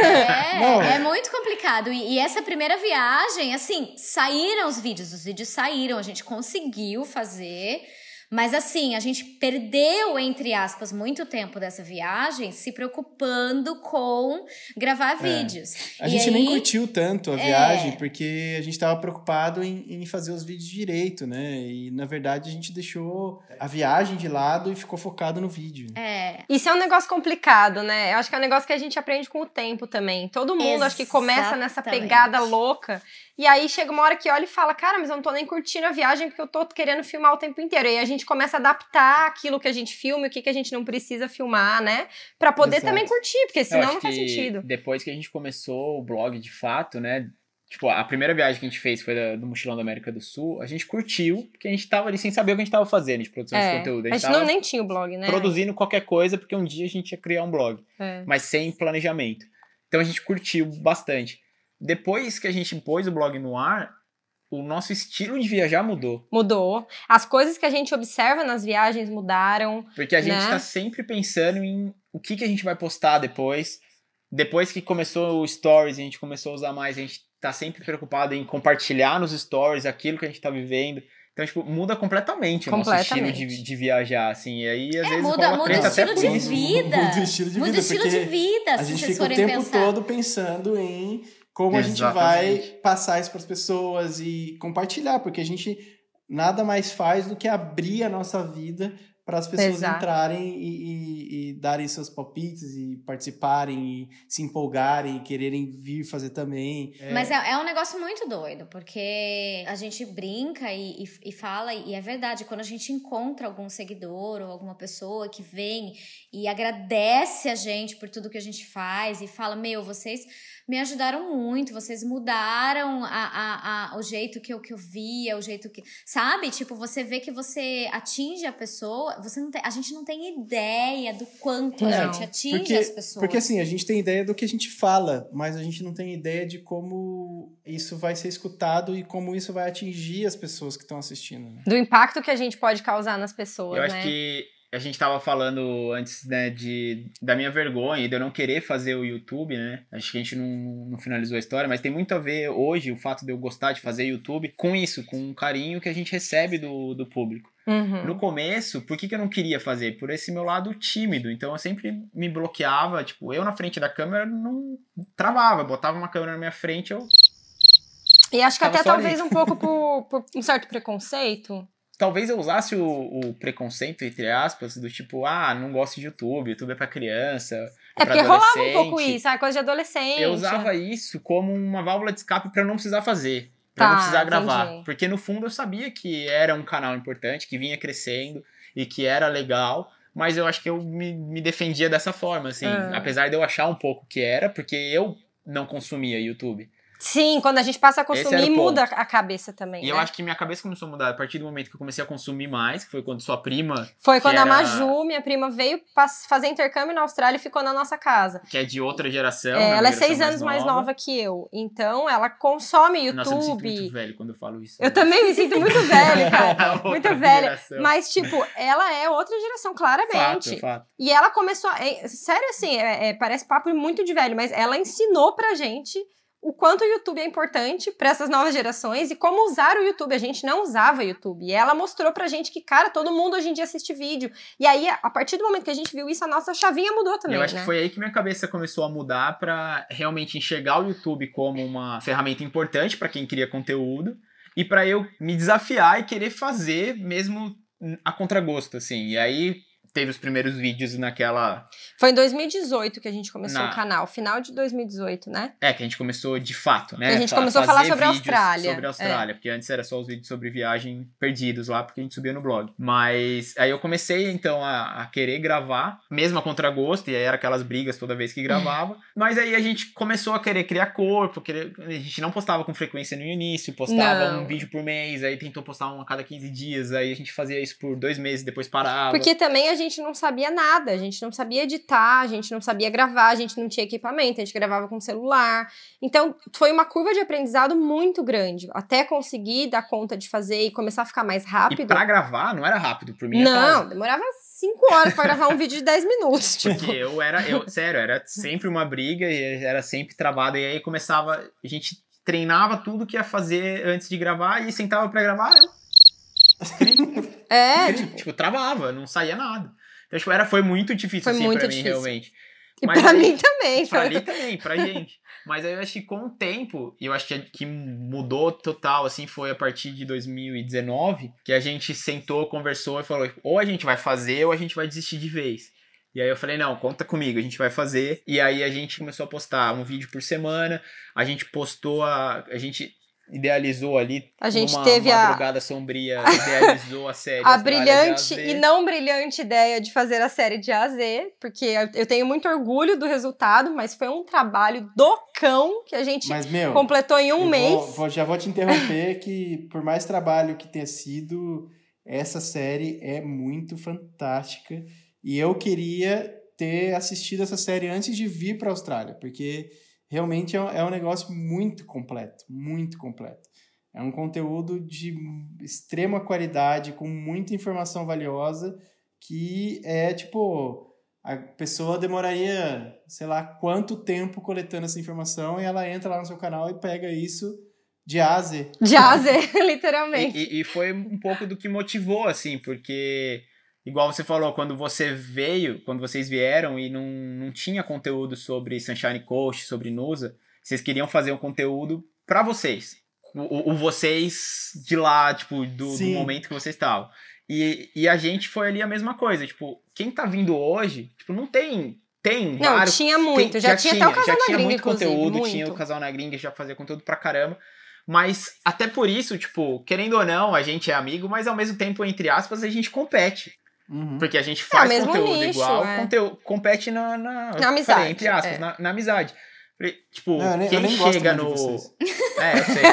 É,
Não.
é muito complicado. E, e essa primeira viagem, assim, saíram os vídeos, os vídeos saíram, a gente conseguiu fazer. Mas assim, a gente perdeu, entre aspas, muito tempo dessa viagem se preocupando com gravar vídeos.
A
E
gente
aí,
nem curtiu tanto a
É.
viagem, porque a gente tava preocupado em, em fazer os vídeos direito, né? E, na verdade, a gente deixou a viagem de lado e ficou focado no vídeo.
É,
Isso é um negócio complicado, né? Eu acho que é um negócio que a gente aprende com o tempo também. Todo mundo acho que começa nessa
Exatamente.
pegada louca. E aí chega uma hora que olha e fala, cara, mas eu não tô nem curtindo a viagem porque eu tô querendo filmar o tempo inteiro. E aí a gente começa a adaptar aquilo que a gente filma e o que, que a gente não precisa filmar, né? Pra poder
Exato.
também curtir, porque
Eu
senão
acho
não faz
que
sentido.
Depois que a gente começou o blog de fato, né? Tipo, a primeira viagem que a gente fez foi da- do Mochilão da América do Sul. A gente curtiu, porque a gente tava ali sem saber o que a gente tava fazendo de produção de
É,
conteúdo.
a
A
gente
gente
não,
tava
nem tinha o blog, né?
produzindo qualquer coisa, porque um dia a gente ia criar um blog.
É.
Mas sem planejamento. Então a gente curtiu bastante. Depois que a gente pôs o blog no ar, o nosso estilo de viajar mudou.
Mudou. As coisas que a gente observa nas viagens mudaram.
Porque a gente
Né?
tá sempre pensando em o que, que a gente vai postar depois. Depois que começou o Stories, a gente começou a usar mais, a gente tá sempre preocupado em compartilhar nos Stories aquilo que a gente tá vivendo. Então, tipo, muda completamente o nosso estilo
Completamente.
de, de viajar, assim. E aí, às
é
vezes,
muda,
rola
muda o
treta até
estilo
por
de
isso.
vida.
Muda o estilo de
Muda o
vida,
estilo
porque
de vida,
A
se
gente
vocês
fica o
forem
tempo
pensar.
todo pensando em como a gente vai
Exatamente.
passar isso para as pessoas e compartilhar, porque a gente nada mais faz do que abrir a nossa vida para as pessoas
Exato.
entrarem e, e- e darem seus palpites e participarem e se empolgarem e quererem vir fazer também. É,
Mas é, é um negócio muito doido, porque a gente brinca e, e, e fala, e é verdade, quando a gente encontra algum seguidor ou alguma pessoa que vem e agradece a gente por tudo que a gente faz e fala, meu, vocês me ajudaram muito, vocês mudaram a, a, a, o jeito que eu, que eu via, o jeito que... Sabe? Tipo, você vê que você atinge a pessoa, você não tem, a gente não tem ideia do quanto a
Não.
gente atinge
porque,
as pessoas.
porque assim, a gente tem ideia do que a gente fala, mas a gente não tem ideia de como isso vai ser escutado e como isso vai atingir as pessoas que estão assistindo. Né?
Do impacto que a gente pode causar nas pessoas,
Eu
né?
acho que a gente tava falando antes, né, de, da minha vergonha, de eu não querer fazer o YouTube, né? Acho que a gente não, não finalizou a história, mas tem muito a ver hoje, o fato de eu gostar de fazer YouTube, com isso, com o carinho que a gente recebe do, do público.
Uhum.
No começo, por que, que eu não queria fazer? Por esse meu lado tímido. Então eu sempre me bloqueava, tipo, eu na frente da câmera não travava, botava uma câmera na minha frente, eu...
E acho que
Tava
até
só
talvez
ali.
um pouco por, por um certo preconceito.
Talvez eu usasse o, o preconceito, entre aspas, do tipo, ah, não gosto de YouTube, YouTube é pra criança,
É
pra
porque rolava um
adolescente.
pouco isso, ah, coisa de adolescente.
Eu usava isso como uma válvula de escape pra eu não precisar fazer, pra
Tá,
não precisar gravar.
entendi.
Porque no fundo eu sabia que era um canal importante, que vinha crescendo e que era legal, mas eu acho que eu me, me defendia dessa forma, assim,
Ah.
apesar de eu achar um pouco que era, porque eu não consumia YouTube.
Sim, quando a gente passa a
Esse era
consumir,
o ponto.
muda a cabeça também,
E
né?
eu acho que minha cabeça começou a mudar a partir do momento que eu comecei a consumir mais, que foi quando sua prima,
Foi
que
quando a
era-
Maju, minha prima, veio pas- fazer intercâmbio na Austrália e ficou na nossa casa.
que é de outra geração.
É,
né, uma
ela é
geração
seis anos mais nova que eu. Então, ela consome
Nossa, eu me sinto
YouTube.
muito velho quando eu falo isso.
Eu também me sinto muito velha, cara.
Outra
Muito velha.
geração.
Mas, tipo, ela é outra geração, claramente.
Fato, fato.
E ela começou. A, é, sério, assim, é- é, parece papo muito de velho, mas ela ensinou pra gente o quanto o YouTube é importante pra essas novas gerações e como usar o YouTube. A gente não usava YouTube. E ela mostrou pra gente que, cara, todo mundo hoje em dia assiste vídeo. E aí, a partir do momento que a gente viu isso, a nossa chavinha mudou
E
também.
eu acho
né?
que foi aí que minha cabeça começou a mudar pra realmente enxergar o YouTube como uma ferramenta importante pra quem cria conteúdo e pra eu me desafiar e querer fazer mesmo a contragosto, assim. E aí teve os primeiros vídeos naquela...
Foi em dois mil e dezoito que a gente começou
Na-
o canal. Final de dois mil e dezoito, né?
É, que a gente começou de fato, né?
Que a gente
Fa-
começou a falar
fazer
sobre a
vídeos
Austrália.
Sobre a Austrália, porque antes era só os vídeos sobre viagem perdidos lá, porque a gente subia no blog. Mas aí eu comecei, então, a, a querer gravar, mesmo a contragosto, e aí era aquelas brigas toda vez que gravava. Mas aí a gente começou a querer criar corpo, querer... a gente não postava com frequência no início, postava
Não.
um vídeo por mês, aí tentou postar um a cada quinze dias, aí a gente fazia isso por dois meses, depois parava.
Porque também a gente não sabia nada, a gente não sabia editar, a gente não sabia gravar, a gente não tinha equipamento, a gente gravava com celular. Então, foi uma curva de aprendizado muito grande, até conseguir dar conta de fazer e começar a ficar mais
E
rápido.
pra gravar não era rápido, por mim é
Não,
quase.
demorava cinco horas pra gravar um vídeo de dez minutos, tipo.
Porque eu era, eu, sério, era sempre uma briga e era sempre travado. E aí começava, a gente treinava tudo que ia fazer antes de gravar e sentava pra gravar, eu,
É,
tipo, travava, não saía nada. Então, tipo, era, foi muito difícil,
Foi
assim,
muito
pra mim,
difícil.
realmente.
e
Mas
pra
aí-
mim também.
Pra
Foi...
ali também, pra gente. Mas aí eu acho que com o tempo, e eu acho que, que mudou total, assim, foi a partir de dois mil e dezenove, que a gente sentou, conversou e falou, ou a gente vai fazer ou a gente vai desistir de vez. E aí eu falei, não, conta comigo, a gente vai fazer. E aí a gente começou a postar um vídeo por semana, a gente postou a... a gente idealizou ali,
A gente
numa
teve a-
madrugada sombria, idealizou a série
A
Austrália de
brilhante
A a Z.
e não brilhante ideia de fazer a série de A a Z, porque eu- eu tenho muito orgulho do resultado, mas foi um trabalho do cão que a gente
Mas, meu,
completou em um
eu
mês.
vou- vou- já vou te interromper que, por mais trabalho que tenha sido, essa série é muito fantástica. E eu queria ter assistido essa série antes de vir para a Austrália, porque realmente é um, é um negócio muito completo, muito completo. É um conteúdo de extrema qualidade, com muita informação valiosa, que é tipo... A pessoa demoraria, sei lá, quanto tempo coletando essa informação e ela entra lá no seu canal e pega isso de A a Z.
De A a Z, literalmente.
E, e- e foi um pouco do que motivou, assim, porque, igual você falou, quando você veio, quando vocês vieram e não, não tinha conteúdo sobre Sunshine Coast, sobre Nusa, vocês queriam fazer um conteúdo pra vocês. O, o- o vocês de lá, tipo, do, do
Sim.
momento que vocês estavam. E, e a gente foi ali a mesma coisa, tipo, quem tá vindo hoje, tipo, não tem... Tem
Não,
vários...
tinha muito.
tem-
já, tinha até o Casal
já
na
tinha
Gringa,
muito
inclusive.
conteúdo,
muito.
tinha o Casal na Gringa, já fazia conteúdo pra caramba. Mas até por isso, tipo, querendo ou não, a gente é amigo, mas ao mesmo tempo, entre aspas, a gente compete.
Uhum.
Porque a gente faz
mesmo
conteúdo
nicho,
igual,
é.
conteúdo, compete na, na,
Na amizade,
falei, entre aspas,
é.
na, na amizade. Tipo,
Não, eu nem- eu
quem
nem gosto
chega
muito
no...
de vocês.
É, eu sei.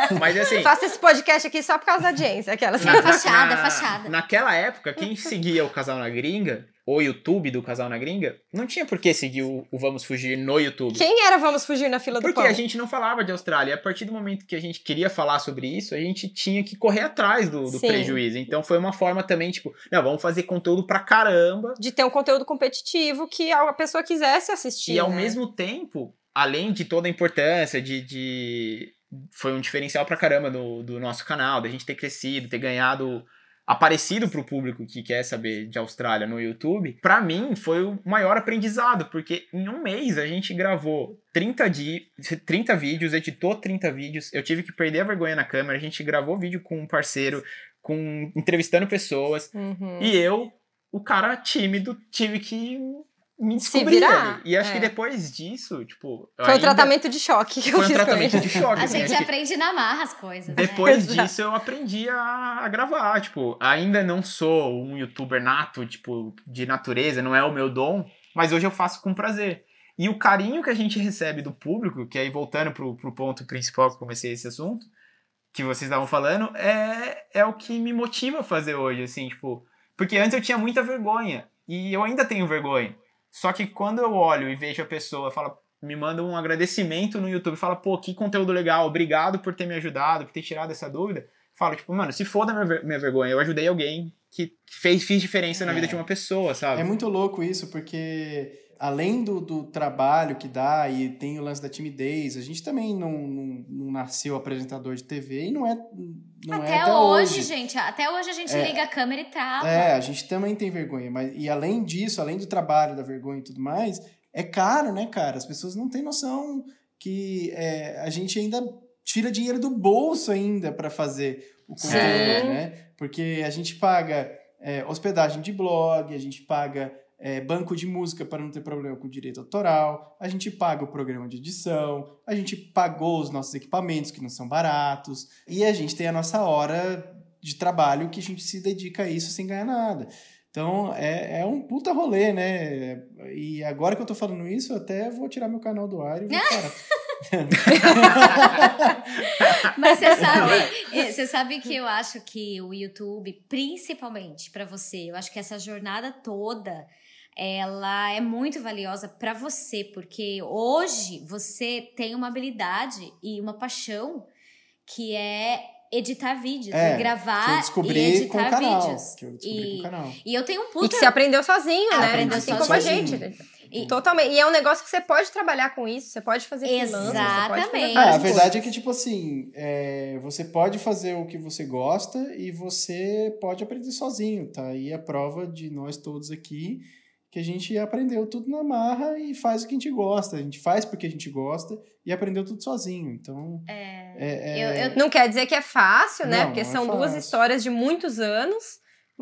Mas assim...
Faça esse podcast aqui só por causa da audiência. Aquelas...
Na fachada, fachada.
Naquela época, quem seguia o Casal na Gringa, o YouTube do Casal na Gringa, não tinha por que seguir o, o Vamos Fugir no YouTube.
Quem era Vamos Fugir na fila do
Porque
pão?
a gente não falava de Austrália. E a partir do momento que a gente queria falar sobre isso, a gente tinha que correr atrás do, do prejuízo. Então foi uma forma também, tipo, não, vamos fazer conteúdo pra caramba.
De ter um conteúdo competitivo que a pessoa quisesse assistir.
E ao
né?
mesmo tempo, além de toda a importância de... de... Foi um diferencial pra caramba do, do nosso canal, da gente ter crescido, ter ganhado... aparecido pro público que quer saber de Austrália no YouTube, pra mim foi o maior aprendizado, porque em um mês a gente gravou trinta, di- trinta vídeos, editou trinta vídeos, eu tive que perder a vergonha na câmera, a gente gravou vídeo com um parceiro, com, entrevistando pessoas,
Uhum.
e eu, o cara tímido, tive que me
Se
descobrir
virar,
ali. E acho
é.
que depois disso, tipo... eu
Foi
ainda-
um tratamento de choque que eu
Foi um
fiz com
tratamento
ele.
de choque.
A
assim,
gente
acho que-
aprende na marra as coisas, né?
Depois
Exato.
disso, eu aprendi a, a gravar, tipo, ainda não sou um youtuber nato, tipo, de natureza, não é o meu dom, mas hoje eu faço com prazer. E o carinho que a gente recebe do público, que aí voltando pro, pro ponto principal que eu comecei esse assunto, que vocês estavam falando, é, é o que me motiva a fazer hoje, assim, tipo, porque antes eu tinha muita vergonha, e eu ainda tenho vergonha, só que quando eu olho e vejo a pessoa, fala, me manda um agradecimento no YouTube, fala, pô, que conteúdo legal, obrigado por ter me ajudado, por ter tirado essa dúvida. Falo, tipo, mano, se foda minha, ver- minha vergonha, eu ajudei alguém que fez, fiz diferença na vida de uma pessoa, sabe?
É muito louco isso, porque além do, do trabalho que dá e tem o lance da timidez, a gente também não, não, não nasceu apresentador de T V e não é, não
Até,
é até
hoje,
hoje.
gente. Até hoje a gente
É.
liga a câmera e trava.
É, a gente também tem vergonha, mas e além disso, além do trabalho, da vergonha e tudo mais, é caro, né, cara? As pessoas não têm noção que é, a gente ainda tira dinheiro do bolso ainda para fazer o conteúdo,
Sim.
né? Porque a gente paga é, hospedagem de blog, a gente paga é, banco de música para não ter problema com direito autoral, a gente paga o programa de edição, a gente pagou os nossos equipamentos, que não são baratos, e a gente tem a nossa hora de trabalho que a gente se dedica a isso sem ganhar nada. Então, é, é um puta rolê, né? E agora que eu tô falando isso, eu até vou tirar meu canal do ar e vou parar.
Mas você sabe, você sabe que eu acho que o YouTube, principalmente pra você, eu acho que essa jornada toda, ela é muito valiosa pra você, porque hoje você tem uma habilidade e uma paixão que é editar vídeos,
É,
e gravar
que eu
e
descobri
editar
com o canal.
vídeos.
Que eu descobri
e,
com o canal.
e eu tenho um
E
puta...
que você aprendeu sozinho,
Ah,
né?
aprendeu
assim
sozinho.
como a gente.
E-
Totalmente. E é um negócio que você pode trabalhar com isso, você pode fazer freelance, você pode fazer
Exatamente.
Ah, a
várias
verdade é
coisas.
que, tipo assim, é, você pode fazer o que você gosta e você pode aprender sozinho, tá? Aí a prova de nós todos aqui, que a gente aprendeu tudo na marra e faz o que a gente gosta. A gente faz porque a gente gosta e aprendeu tudo sozinho. Então,
É,
é, é,
eu, eu,
Não quer dizer que é fácil, né?
Não,
Porque
não é
são duas
fácil.
histórias de muitos anos,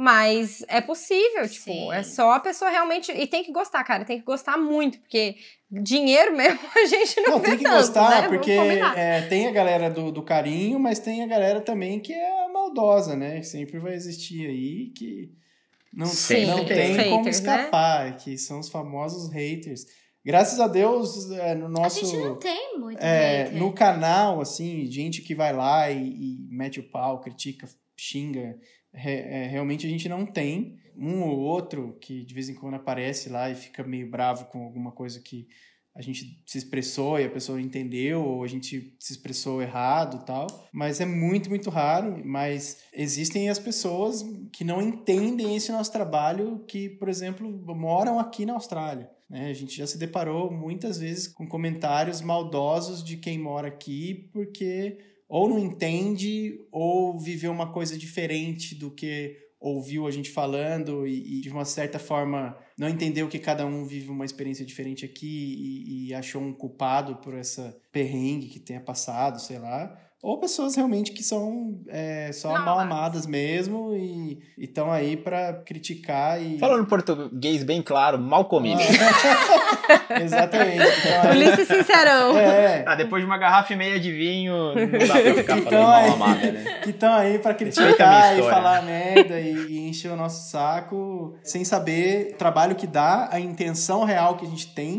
mas é possível, tipo,
Sim.
é só a pessoa realmente... E tem que gostar, cara, tem que gostar muito, porque dinheiro mesmo a gente não,
Não,
vê
tem que
tanto,
gostar,
né? Vamos
porque
combinar.
é, tem a galera do, do carinho, mas tem a galera também que é maldosa, né? Que sempre vai existir aí, que não,
Sim,
não
tem
tem
os
como
haters, né?
escapar, que são os famosos haters. Graças a Deus, é, no
a
nosso...
gente não tem muito
é,
hater.
no canal, assim, gente que vai lá e, e mete o pau, critica, xinga, re- é, realmente a gente não tem. Um ou outro que de vez em quando aparece lá e fica meio bravo com alguma coisa que a gente se expressou e a pessoa entendeu, ou a gente se expressou errado e tal. Mas é muito, muito raro. Mas existem as pessoas que não entendem esse nosso trabalho, que, por exemplo, moram aqui na Austrália. Né? A gente já se deparou muitas vezes com comentários maldosos de quem mora aqui, porque ou não entende, ou viveu uma coisa diferente do que ouviu a gente falando e, e de uma certa forma não entendeu que cada um vive uma experiência diferente aqui e, e achou um culpado por essa perrengue que tenha passado, sei lá. Ou pessoas realmente que são é, só
Não,
mal amadas mesmo e estão aí pra criticar e...
Falando português bem claro, mal comido.
Exatamente. Então, aí-
Ulisses Sincerão.
é,
Ah, depois de uma garrafa e meia de vinho, não dá pra ficar
Então,
falando
aí-
mal amada, né?
que estão aí pra
Respeita a minha
criticar e
história.
falar merda e, e encher o nosso saco sem saber o trabalho que dá, a intenção real que a gente tem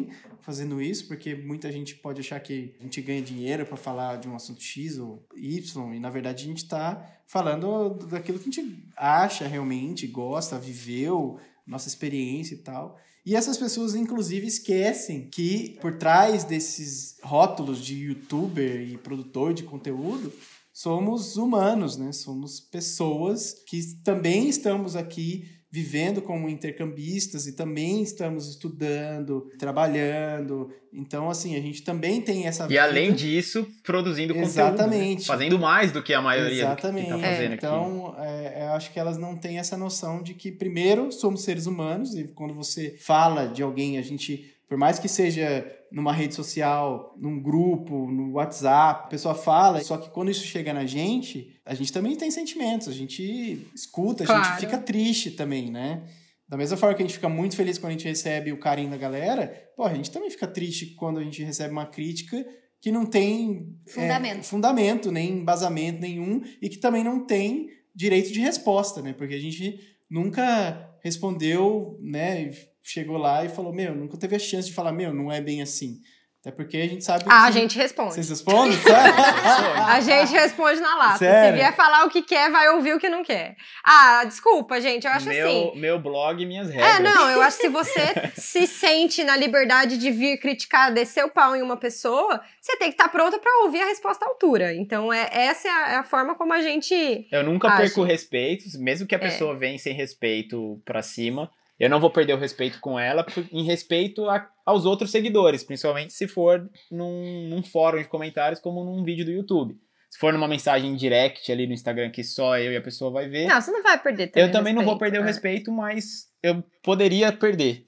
fazendo isso, porque muita gente pode achar que a gente ganha dinheiro para falar de um assunto X ou Y, e na verdade a gente está falando daquilo que a gente acha realmente, gosta, viveu, nossa experiência e tal. E essas pessoas, inclusive, esquecem que por trás desses rótulos de youtuber e produtor de conteúdo, somos humanos, né? Somos pessoas que também estamos aqui vivendo como intercambistas e também estamos estudando, trabalhando. Então, assim, a gente também tem essa vida.
E além disso, produzindo
Exatamente.
conteúdo, né? Fazendo mais do que a maioria
Exatamente.
do que está fazendo
é.
aqui.
Então, é, eu acho que elas não têm essa noção de que, primeiro, somos seres humanos, e quando você fala de alguém, a gente... Por mais que seja numa rede social, num grupo, no WhatsApp, a pessoa fala, só que quando isso chega na gente, a gente também tem sentimentos, a gente escuta, a
Claro.
gente fica triste também, né? Da mesma forma que a gente fica muito feliz quando a gente recebe o carinho da galera, pô, a gente também fica triste quando a gente recebe uma crítica que não tem
Fundamento.
É, fundamento, nem embasamento nenhum, e que também não tem direito de resposta, né? Porque a gente nunca respondeu, né? Chegou lá e falou, meu, nunca teve a chance de falar, meu, não é bem assim. Até porque a gente sabe...
Ah, a
que...
gente responde.
Vocês respondem? Sério?
A gente responde na lata.
Sério?
Se vier falar o que quer, vai ouvir o que não quer. Ah, desculpa, gente, eu acho
meu,
assim...
Meu blog e minhas regras.
É, não, eu acho que se você se sente na liberdade de vir criticar, descer o pau em uma pessoa, você tem que estar pronta pra ouvir a resposta à altura. Então, é, essa é a, é a forma como a gente...
Eu nunca
age.
perco respeito, mesmo que a pessoa é. venha sem respeito pra cima... Eu não vou perder o respeito com ela em respeito a, aos outros seguidores, principalmente se for num, num fórum de comentários como num vídeo do YouTube. Se for numa mensagem direct ali no Instagram que só eu e a pessoa vai ver...
Não, você não vai perder também
Eu também
o
não vou perder
né?
o respeito, mas eu poderia perder.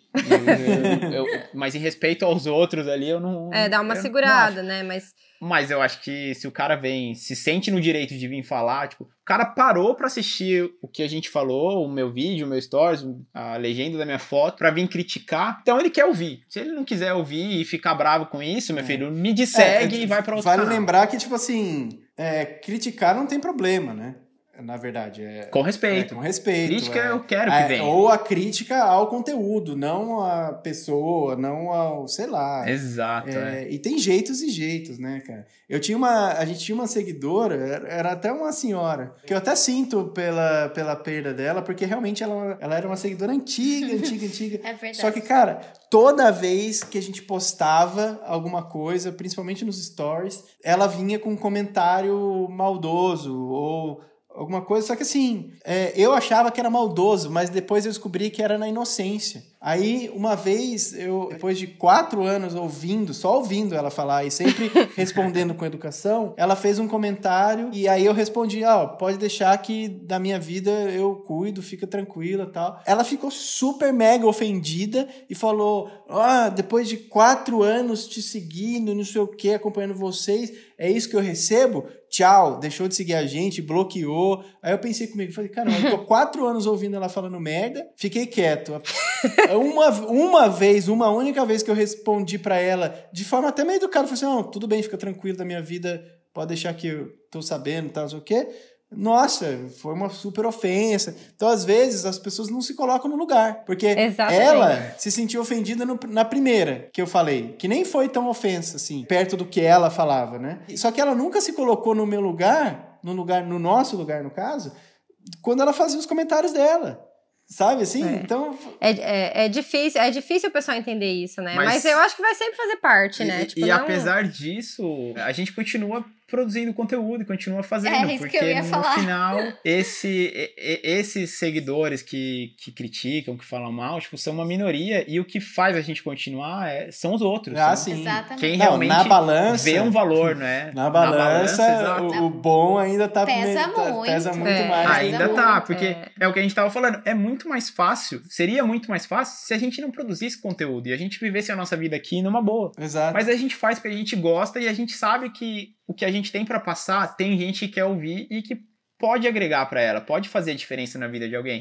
eu, eu, eu, mas em respeito aos outros ali, eu não...
É, dá uma
eu,
segurada, né? Mas...
Mas eu acho que se o cara vem, se sente no direito de vir falar, tipo, o cara parou pra assistir o que a gente falou, o meu vídeo, o meu stories, a legenda da minha foto, pra vir criticar, então ele quer ouvir. Se ele não quiser ouvir e ficar bravo com isso, meu é. filho, me dessegue é, e vai pra outro
vale
canal.
Vale lembrar que, tipo assim, é, criticar não tem problema, né? Na verdade, é...
Com respeito.
É, com respeito.
Crítica
é,
eu quero que
é,
venha.
Ou a crítica ao conteúdo, não à pessoa, não ao, sei lá.
Exato,
é,
é.
E tem jeitos e jeitos, né, cara? Eu tinha uma... A gente tinha uma seguidora, era até uma senhora, que eu até sinto pela, pela perda dela, porque realmente ela, ela era uma seguidora antiga, antiga, antiga.
É verdade.
Só que, cara, toda vez que a gente postava alguma coisa, principalmente nos stories, ela vinha com um comentário maldoso, ou... alguma coisa, só que assim, é, eu achava que era maldoso, mas depois eu descobri que era na inocência. Aí, uma vez, eu, depois de quatro anos ouvindo, só ouvindo ela falar e sempre respondendo com educação, ela fez um comentário e aí eu respondi, ó, oh, pode deixar que da minha vida eu cuido, fica tranquila e tal. Ela ficou super mega ofendida e falou, ah, depois de quatro anos te seguindo, não sei o que, acompanhando vocês, é isso que eu recebo? Tchau, deixou de seguir a gente, bloqueou. Aí eu pensei comigo, falei, caramba, eu tô quatro anos ouvindo ela falando merda, fiquei quieto. Uma, uma vez, uma única vez que eu respondi pra ela, de forma até meio educada, falei assim, não, tudo bem, fica tranquilo da minha vida, pode deixar que eu tô sabendo e tal, não sei o quê. Nossa, foi uma super ofensa. Então, às vezes, as pessoas não se colocam no lugar. Porque
Exatamente.
ela se sentiu ofendida no, na primeira que eu falei. Que nem foi tão ofensa, assim, perto do que ela falava, né? Só que ela nunca se colocou no meu lugar, no lugar, no nosso lugar, no caso, quando ela fazia os comentários dela. Sabe, assim?
É.
Então...
É, é, é, difícil, é difícil o pessoal entender isso, né? Mas,
Mas
eu acho que vai sempre fazer parte,
e,
né? Tipo,
e
não...
apesar disso, a gente continua produzindo conteúdo e continua fazendo,
é, isso
porque
que eu ia
no
falar.
final esse, esses seguidores que, que criticam, que falam mal, tipo, são uma minoria e o que faz a gente continuar é, são os outros.
Ah,
sim.
Exatamente.
Quem
Não,
realmente
na balança,
vê um valor, né?
Na balança,
na balança
o, o bom ainda tá...
Pesa
tá,
muito.
Pesa muito
É.
mais.
Ainda
muito,
tá, porque
é.
é o que a gente tava falando, é muito mais fácil, seria muito mais fácil se a gente não produzisse conteúdo e a gente vivesse a nossa vida aqui numa boa.
Exato.
Mas a gente faz porque a gente gosta e a gente sabe que o que a gente tem pra passar, tem gente que quer ouvir e que pode agregar pra ela, pode fazer diferença na vida de alguém.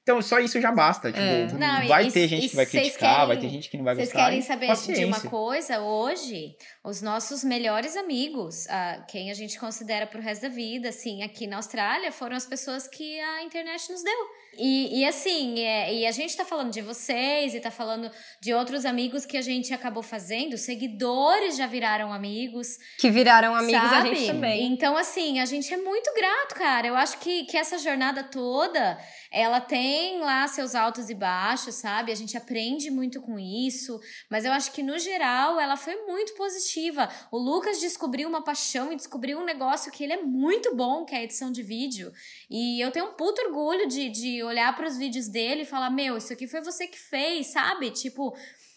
Então, só isso já basta. Tipo,
É.
Não,
vai
e-
ter
e
gente que vai
vocês
criticar,
querem-
vai ter gente que não vai
Vocês
gostar.
querem
e
saber
paciência.
de uma coisa? Hoje, os nossos melhores amigos, ah, quem a gente considera pro resto da vida, assim, aqui na Austrália, foram as pessoas que a internet nos deu. E, e assim, é, e a gente tá falando de vocês e tá falando de outros amigos que a gente acabou fazendo, seguidores já viraram amigos,
Que viraram amigos
sabe?
a gente também.
Então, assim, a gente é muito grato, cara. Eu acho que, que essa jornada toda, ela tem lá seus altos e baixos, sabe? A gente aprende muito com isso, mas eu acho que, no geral, ela foi muito positiva. O Lucas descobriu uma paixão e descobriu um negócio que ele é muito bom, que é a edição de vídeo. E eu tenho um puto orgulho de, de olhar pros vídeos dele e falar, meu, isso aqui foi você que fez, sabe? Tipo...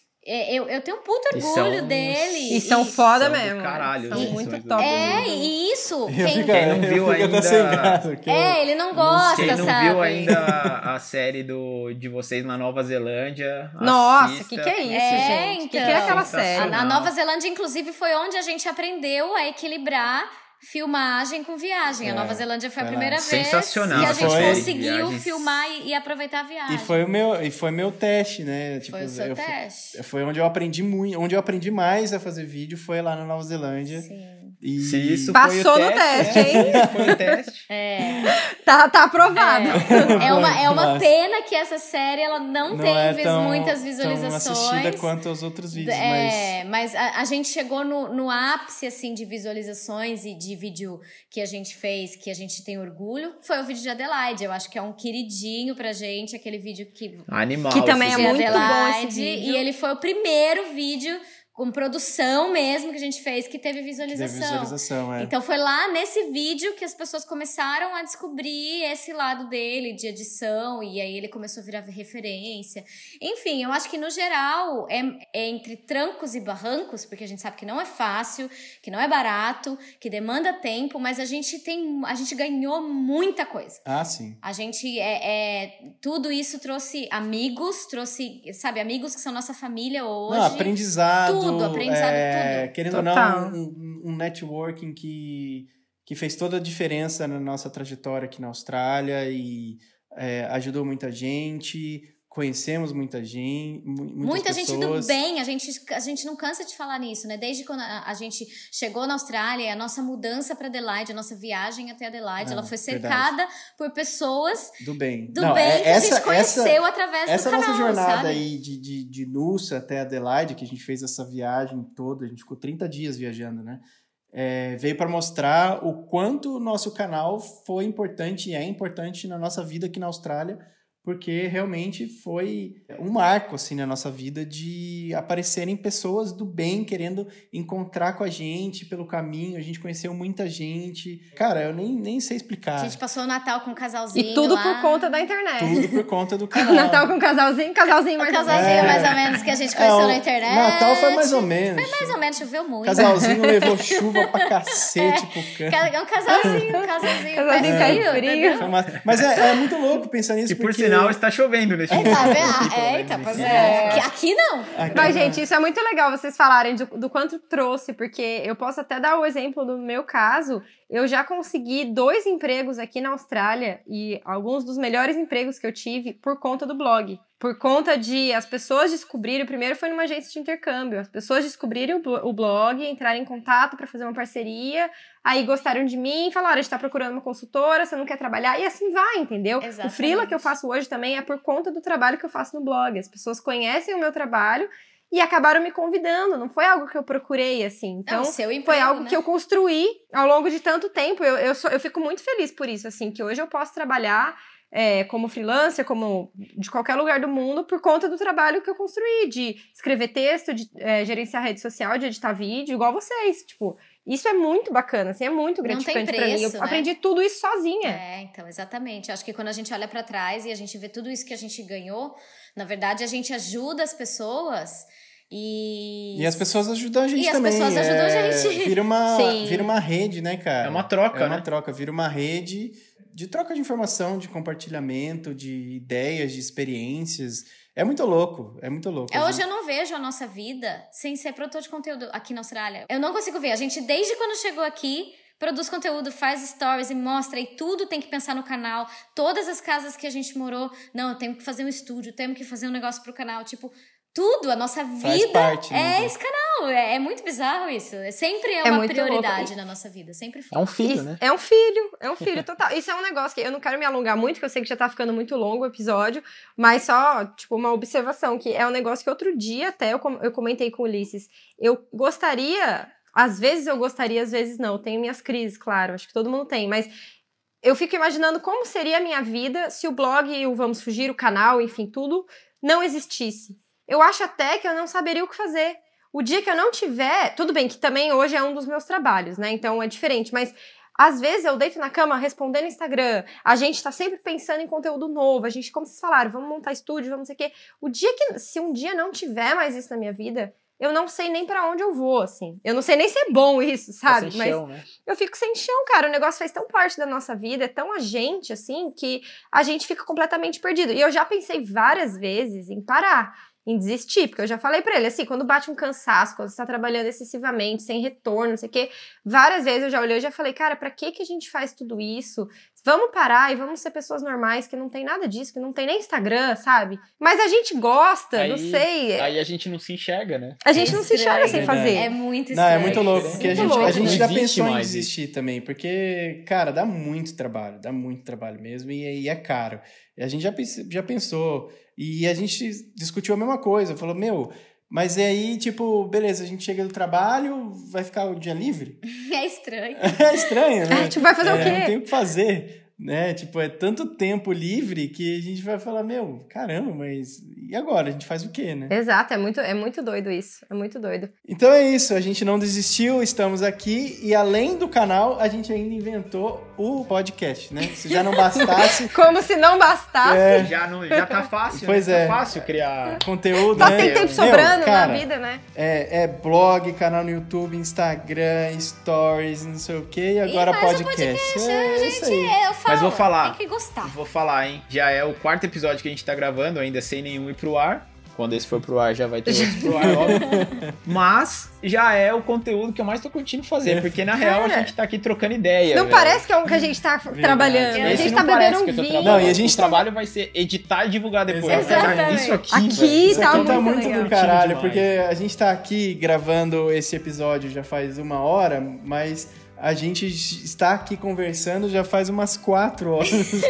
É, Eu, eu tenho um puto
E
orgulho
são-
dele.
E são foda
são do
mesmo.
caralho,
são
as
muito
edições do-
top.
É, e isso.
Eu
Quem,
fico,
Quem não
eu
viu
fico
ainda-
até sem graça. porque eu-
é, ele não gosta,
Quem não
sabe?
viu ainda a, a série do, de vocês na Nova Zelândia,
Nossa,
assista.
que que é isso,
É,
gente? Que que é
então.
aquela
A,
série?
a Nova Zelândia, inclusive, foi onde a gente aprendeu a equilibrar filmagem com viagem. A
É,
Nova Zelândia foi a
foi lá.
primeira vez
Sensacional
que a
essa
gente
série de
conseguiu
viagens.
filmar e, e aproveitar a viagem.
E foi o meu, e foi meu teste, né? Tipo,
Foi o seu
eu-
teste.
Foi onde eu aprendi muito, onde eu aprendi mais a fazer vídeo foi lá na Nova Zelândia.
Sim.
E
Se isso
Passou
foi o
no
teste,
teste,
né? Isso foi o teste.
É.
Tá, tá aprovado.
É, é uma, é uma
Mas-
pena que essa série ela não,
não
tem
é
vis-
tão,
muitas
tão
visualizações.
assistida quanto os outros vídeos,
É, mas a, a gente chegou no, no ápice, assim, de visualizações e de vídeo que a gente fez, que a gente tem orgulho, foi o vídeo de Adelaide. Eu acho que é um queridinho pra gente, aquele vídeo que...
Animal.
Que também
esse
é
de
vídeo.
muito bom
Adelaide,
esse vídeo.
E ele foi o primeiro vídeo com produção mesmo que a gente fez que teve
mas
visualização.
teve visualização, é.
Então foi lá nesse vídeo que as pessoas começaram a descobrir esse lado dele de edição e aí ele começou a virar referência. Enfim, eu acho que no geral é, é entre trancos e barrancos, porque a gente sabe que não é fácil, que não é barato, que demanda tempo, mas a gente tem, a gente ganhou muita coisa.
Ah, sim.
A gente é, é tudo isso trouxe amigos, trouxe, sabe, amigos que são nossa família hoje.
Não, aprendizado.
Tudo, aprendizado,
é,
tudo.
Querendo
Total.
ou não, um, um networking que, que fez toda a diferença na nossa trajetória aqui na Austrália e é, ajudou muita gente. Conhecemos muita gente, muitas
Muita gente do
pessoas.
bem, a gente, a gente não cansa de falar nisso, né? Desde quando a, a gente chegou na Austrália, a nossa mudança para Adelaide, a nossa viagem até Adelaide,
Ah,
ela foi
verdade.
cercada por pessoas
Do bem.
do
Não,
bem
é-
que
essa,
a gente conheceu
essa,
através
essa
do canal,
nossa jornada
sabe?
aí de, de, de Noosa até Adelaide, que a gente fez essa viagem toda, a gente ficou trinta dias viajando, né? É, veio para mostrar o quanto o nosso canal foi importante e é importante na nossa vida aqui na Austrália, porque realmente foi um marco assim na nossa vida de aparecerem pessoas do bem querendo encontrar com a gente pelo caminho. A gente conheceu muita gente. Cara, eu nem, nem sei explicar.
A gente passou o Natal com um casalzinho
E tudo
lá.
por conta da internet.
Tudo por conta do canal.
Natal com casalzinho, casalzinho
O
mais
casalzinho
É.
mais ou menos que a gente conheceu
É, o
na internet.
Natal foi mais ou menos.
Foi mais ou menos, choveu muito.
Casalzinho levou chuva pra cacete pro canto.
É um casalzinho, um casalzinho.
Casalzinho
pé
pé frio.
entendeu?
Foi uma- Mas é, é muito louco pensar nisso.
E por
porque...
sinal está chovendo neste
É,
momento.
tá vendo?
Aqui, pelo
É,
menos,
então,
em
pois
Sydney.
é. Aqui, aqui não.
Aqui-
Mas, gente, isso é muito legal vocês falarem do, do quanto trouxe, porque eu posso até dar o exemplo do meu caso. Eu já consegui dois empregos aqui na Austrália e alguns dos melhores empregos que eu tive por conta do blog. Por conta de as pessoas descobrirem, o primeiro foi numa agência de intercâmbio, as pessoas descobrirem o, blo- o blog, entrarem em contato para fazer uma parceria, aí gostaram de mim, falaram, a gente tá procurando uma consultora, você não quer trabalhar? E assim vai, entendeu?
Exatamente.
O freela que eu faço hoje também é por conta do trabalho que eu faço no blog. As pessoas conhecem o meu trabalho e acabaram me convidando, não foi algo que eu procurei, assim. Então,
Não, seu emprego,
foi algo
né?
que eu construí ao longo de tanto tempo. Eu, eu, sou, eu fico muito feliz por isso, assim, que hoje eu posso trabalhar é, como freelancer, como de qualquer lugar do mundo, por conta do trabalho que eu construí, de escrever texto, de é, gerenciar rede social, de editar vídeo, igual vocês. Tipo, isso é muito bacana, assim, é muito
Não tem
gratificante pra mim.
preço,
Eu
né?
aprendi tudo isso sozinha.
É, então, exatamente. Acho que quando a gente olha pra trás e a gente vê tudo isso que a gente ganhou, na verdade, a gente ajuda as pessoas e...
E as pessoas ajudam a gente
E as
também.
pessoas ajudam a
é,
gente.
Vira uma,
Sim.
vira uma rede, né, cara?
É uma troca,
É uma
né?
troca, vira uma rede de troca de informação, de compartilhamento, de ideias, de experiências. É muito louco, é muito louco.
É,
A
hoje
gente-
eu não vejo a nossa vida sem ser produtor de conteúdo aqui na Austrália. Eu não consigo ver. A gente, desde quando chegou aqui, produz conteúdo, faz stories e mostra, e tudo tem que pensar no canal. Todas as casas que a gente morou, não, temos que fazer um estúdio, temos que fazer um negócio pro canal, tipo... Tudo, a nossa vida parte, é né? esse canal. É, é muito bizarro isso. Sempre é, é uma prioridade louco. Na nossa vida. Sempre foi.
É um filho,
isso,
né?
É um filho, é um filho total. Isso é um negócio que eu não quero me alongar muito, que eu sei que já tá ficando muito longo o episódio, mas só, tipo, uma observação, que é um negócio que outro dia até eu, eu comentei com o Ulisses. Eu gostaria, às vezes eu gostaria, às vezes não. Eu tenho minhas crises, claro, acho que todo mundo tem, mas eu fico imaginando como seria a minha vida se o blog, o Vamos Fugir, o canal, enfim, tudo, não existisse. Eu acho até que eu não saberia o que fazer. O dia que eu não tiver... Tudo bem que também hoje é um dos meus trabalhos, né? Então é diferente. Mas às vezes eu deito na cama respondendo no Instagram. A gente tá sempre pensando em conteúdo novo. A gente, como vocês falaram, vamos montar estúdio, vamos não sei o quê. O dia que... Se um dia não tiver mais isso na minha vida... Eu não sei nem pra onde eu vou, assim. Eu não sei nem se é bom isso, sabe?
Tá sem
Mas
chão, né?
Eu fico sem chão, cara. O negócio faz tão parte da nossa vida, é tão a gente, assim, que a gente fica completamente perdido. E eu já pensei várias vezes em parar, em desistir, porque eu já falei pra ele, assim, quando bate um cansaço, quando você tá trabalhando excessivamente, sem retorno, não sei o quê, várias vezes eu já olhei e já falei, cara, pra que que a gente faz tudo isso? Vamos parar e vamos ser pessoas normais, que não tem nada disso, que não tem nem Instagram, sabe? Mas a gente gosta,
aí,
não sei.
Aí a gente não se enxerga, né?
A gente é não se enxerga sem fazer.
É muito estranho.
Não, é muito louco, porque
muito
a gente,
louco.
a gente já
Não
pensou em
mais
desistir também, porque, cara, dá muito trabalho, dá muito trabalho mesmo, e, e é caro. E a gente já, já pensou, e a gente discutiu a mesma coisa, falou, meu... Mas e aí, tipo, beleza, a gente chega do trabalho, vai ficar o dia livre?
É estranho.
É estranho, né?
A gente vai fazer
é,
o quê?
Não tem o que fazer, né? Tipo, é tanto tempo livre que a gente vai falar, meu, caramba, mas e agora? A gente faz o quê, né?
Exato, é muito, é muito doido isso, é muito doido.
Então é isso, a gente não desistiu, estamos aqui e além do canal, a gente ainda inventou o podcast, né? Se já não bastasse...
Como se não bastasse.
É,
Já, não, já tá fácil,
Pois
né?
é.
Tá fácil criar...
conteúdo,
Só
né?
tem tempo
Meu,
sobrando
cara,
na vida, né?
É, é blog, canal no YouTube, Instagram, stories, não sei o que, e agora
e faz
podcast.
O podcast
é,
gente,
isso aí.
eu falo,
Mas vou falar.
Tem que gostar.
Vou falar, hein? Já é o quarto episódio que a gente tá gravando, ainda sem nenhum ir pro ar. Quando esse for pro ar, já vai ter outro pro ar, óbvio. Mas já é o conteúdo que eu mais tô curtindo fazer, porque na real a gente tá aqui trocando ideia.
Não
velho.
parece que é um que a gente tá trabalhando. A
Esse
gente
não
tá
parece
bebendo
que
um
eu tô
vinho.
trabalhando.
Não, e a gente
o
tá-
trabalho vai ser editar e divulgar depois.
Exatamente.
Isso aqui,
Aqui
velho.
Isso
tá
aqui
muito
tá muito
legal.
do caralho,
Demais.
porque a gente tá aqui gravando esse episódio já faz uma hora, mas a gente está aqui conversando já faz umas quatro horas.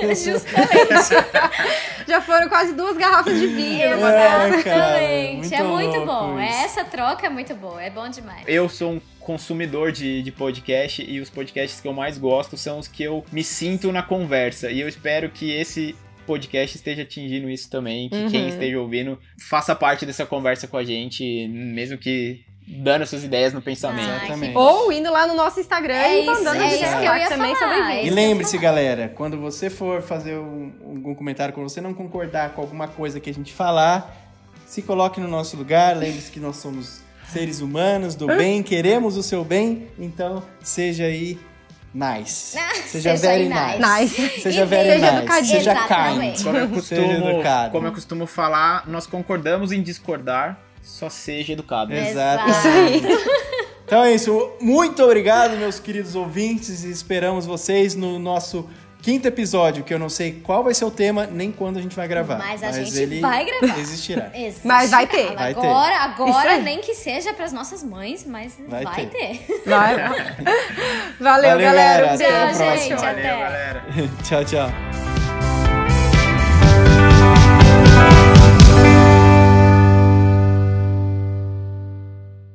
Já foram quase duas garrafas de vinho. numa
É,
dessa.
cara,
Exatamente. É muito
louco
bom.
isso.
Essa troca é muito boa. É bom demais.
Eu sou um consumidor de, de podcast e os podcasts que eu mais gosto são os que eu me sinto na conversa. E eu espero que esse podcast esteja atingindo isso também, que
Uhum.
quem esteja ouvindo faça parte dessa conversa com a gente, mesmo que dando suas ideias no pensamento.
Ah,
Exatamente.
Ou indo lá no nosso Instagram
É
e
isso,
mandando
é
dizer
isso que
lá,
eu ia
também
falar,
sobre
é
E
isso.
lembre-se, galera, quando você for fazer um, algum comentário, quando você não concordar com alguma coisa que a gente falar, se coloque no nosso lugar, lembre-se que nós somos seres humanos do bem, queremos o seu bem, então seja aí nice. Seja,
seja
very
aí
nice.
Nice.
Seja
E
very
seja
nice.
educadinho.
Seja
Exatamente.
kind.
Como eu,
Seja
costumo,
educado.
como eu costumo falar, nós concordamos em discordar, só seja educado.
Exato.
Isso aí.
Então é isso. Muito obrigado, meus queridos ouvintes, e esperamos vocês no nosso quinto episódio, que eu não sei qual vai ser o tema, nem quando a gente vai gravar.
Mas a gente
ele
vai gravar.
existirá.
Existe.
Mas vai ter.
Vai ter.
Agora,
Isso
agora
aí.
nem que seja pras nossas mães, mas
Vai
vai,
ter.
ter.
Vai. Valeu,
Valeu,
galera.
galera.
Um
Até a
beijo.
próxima.
gente.
Valeu,
Até.
galera.
Tchau, tchau.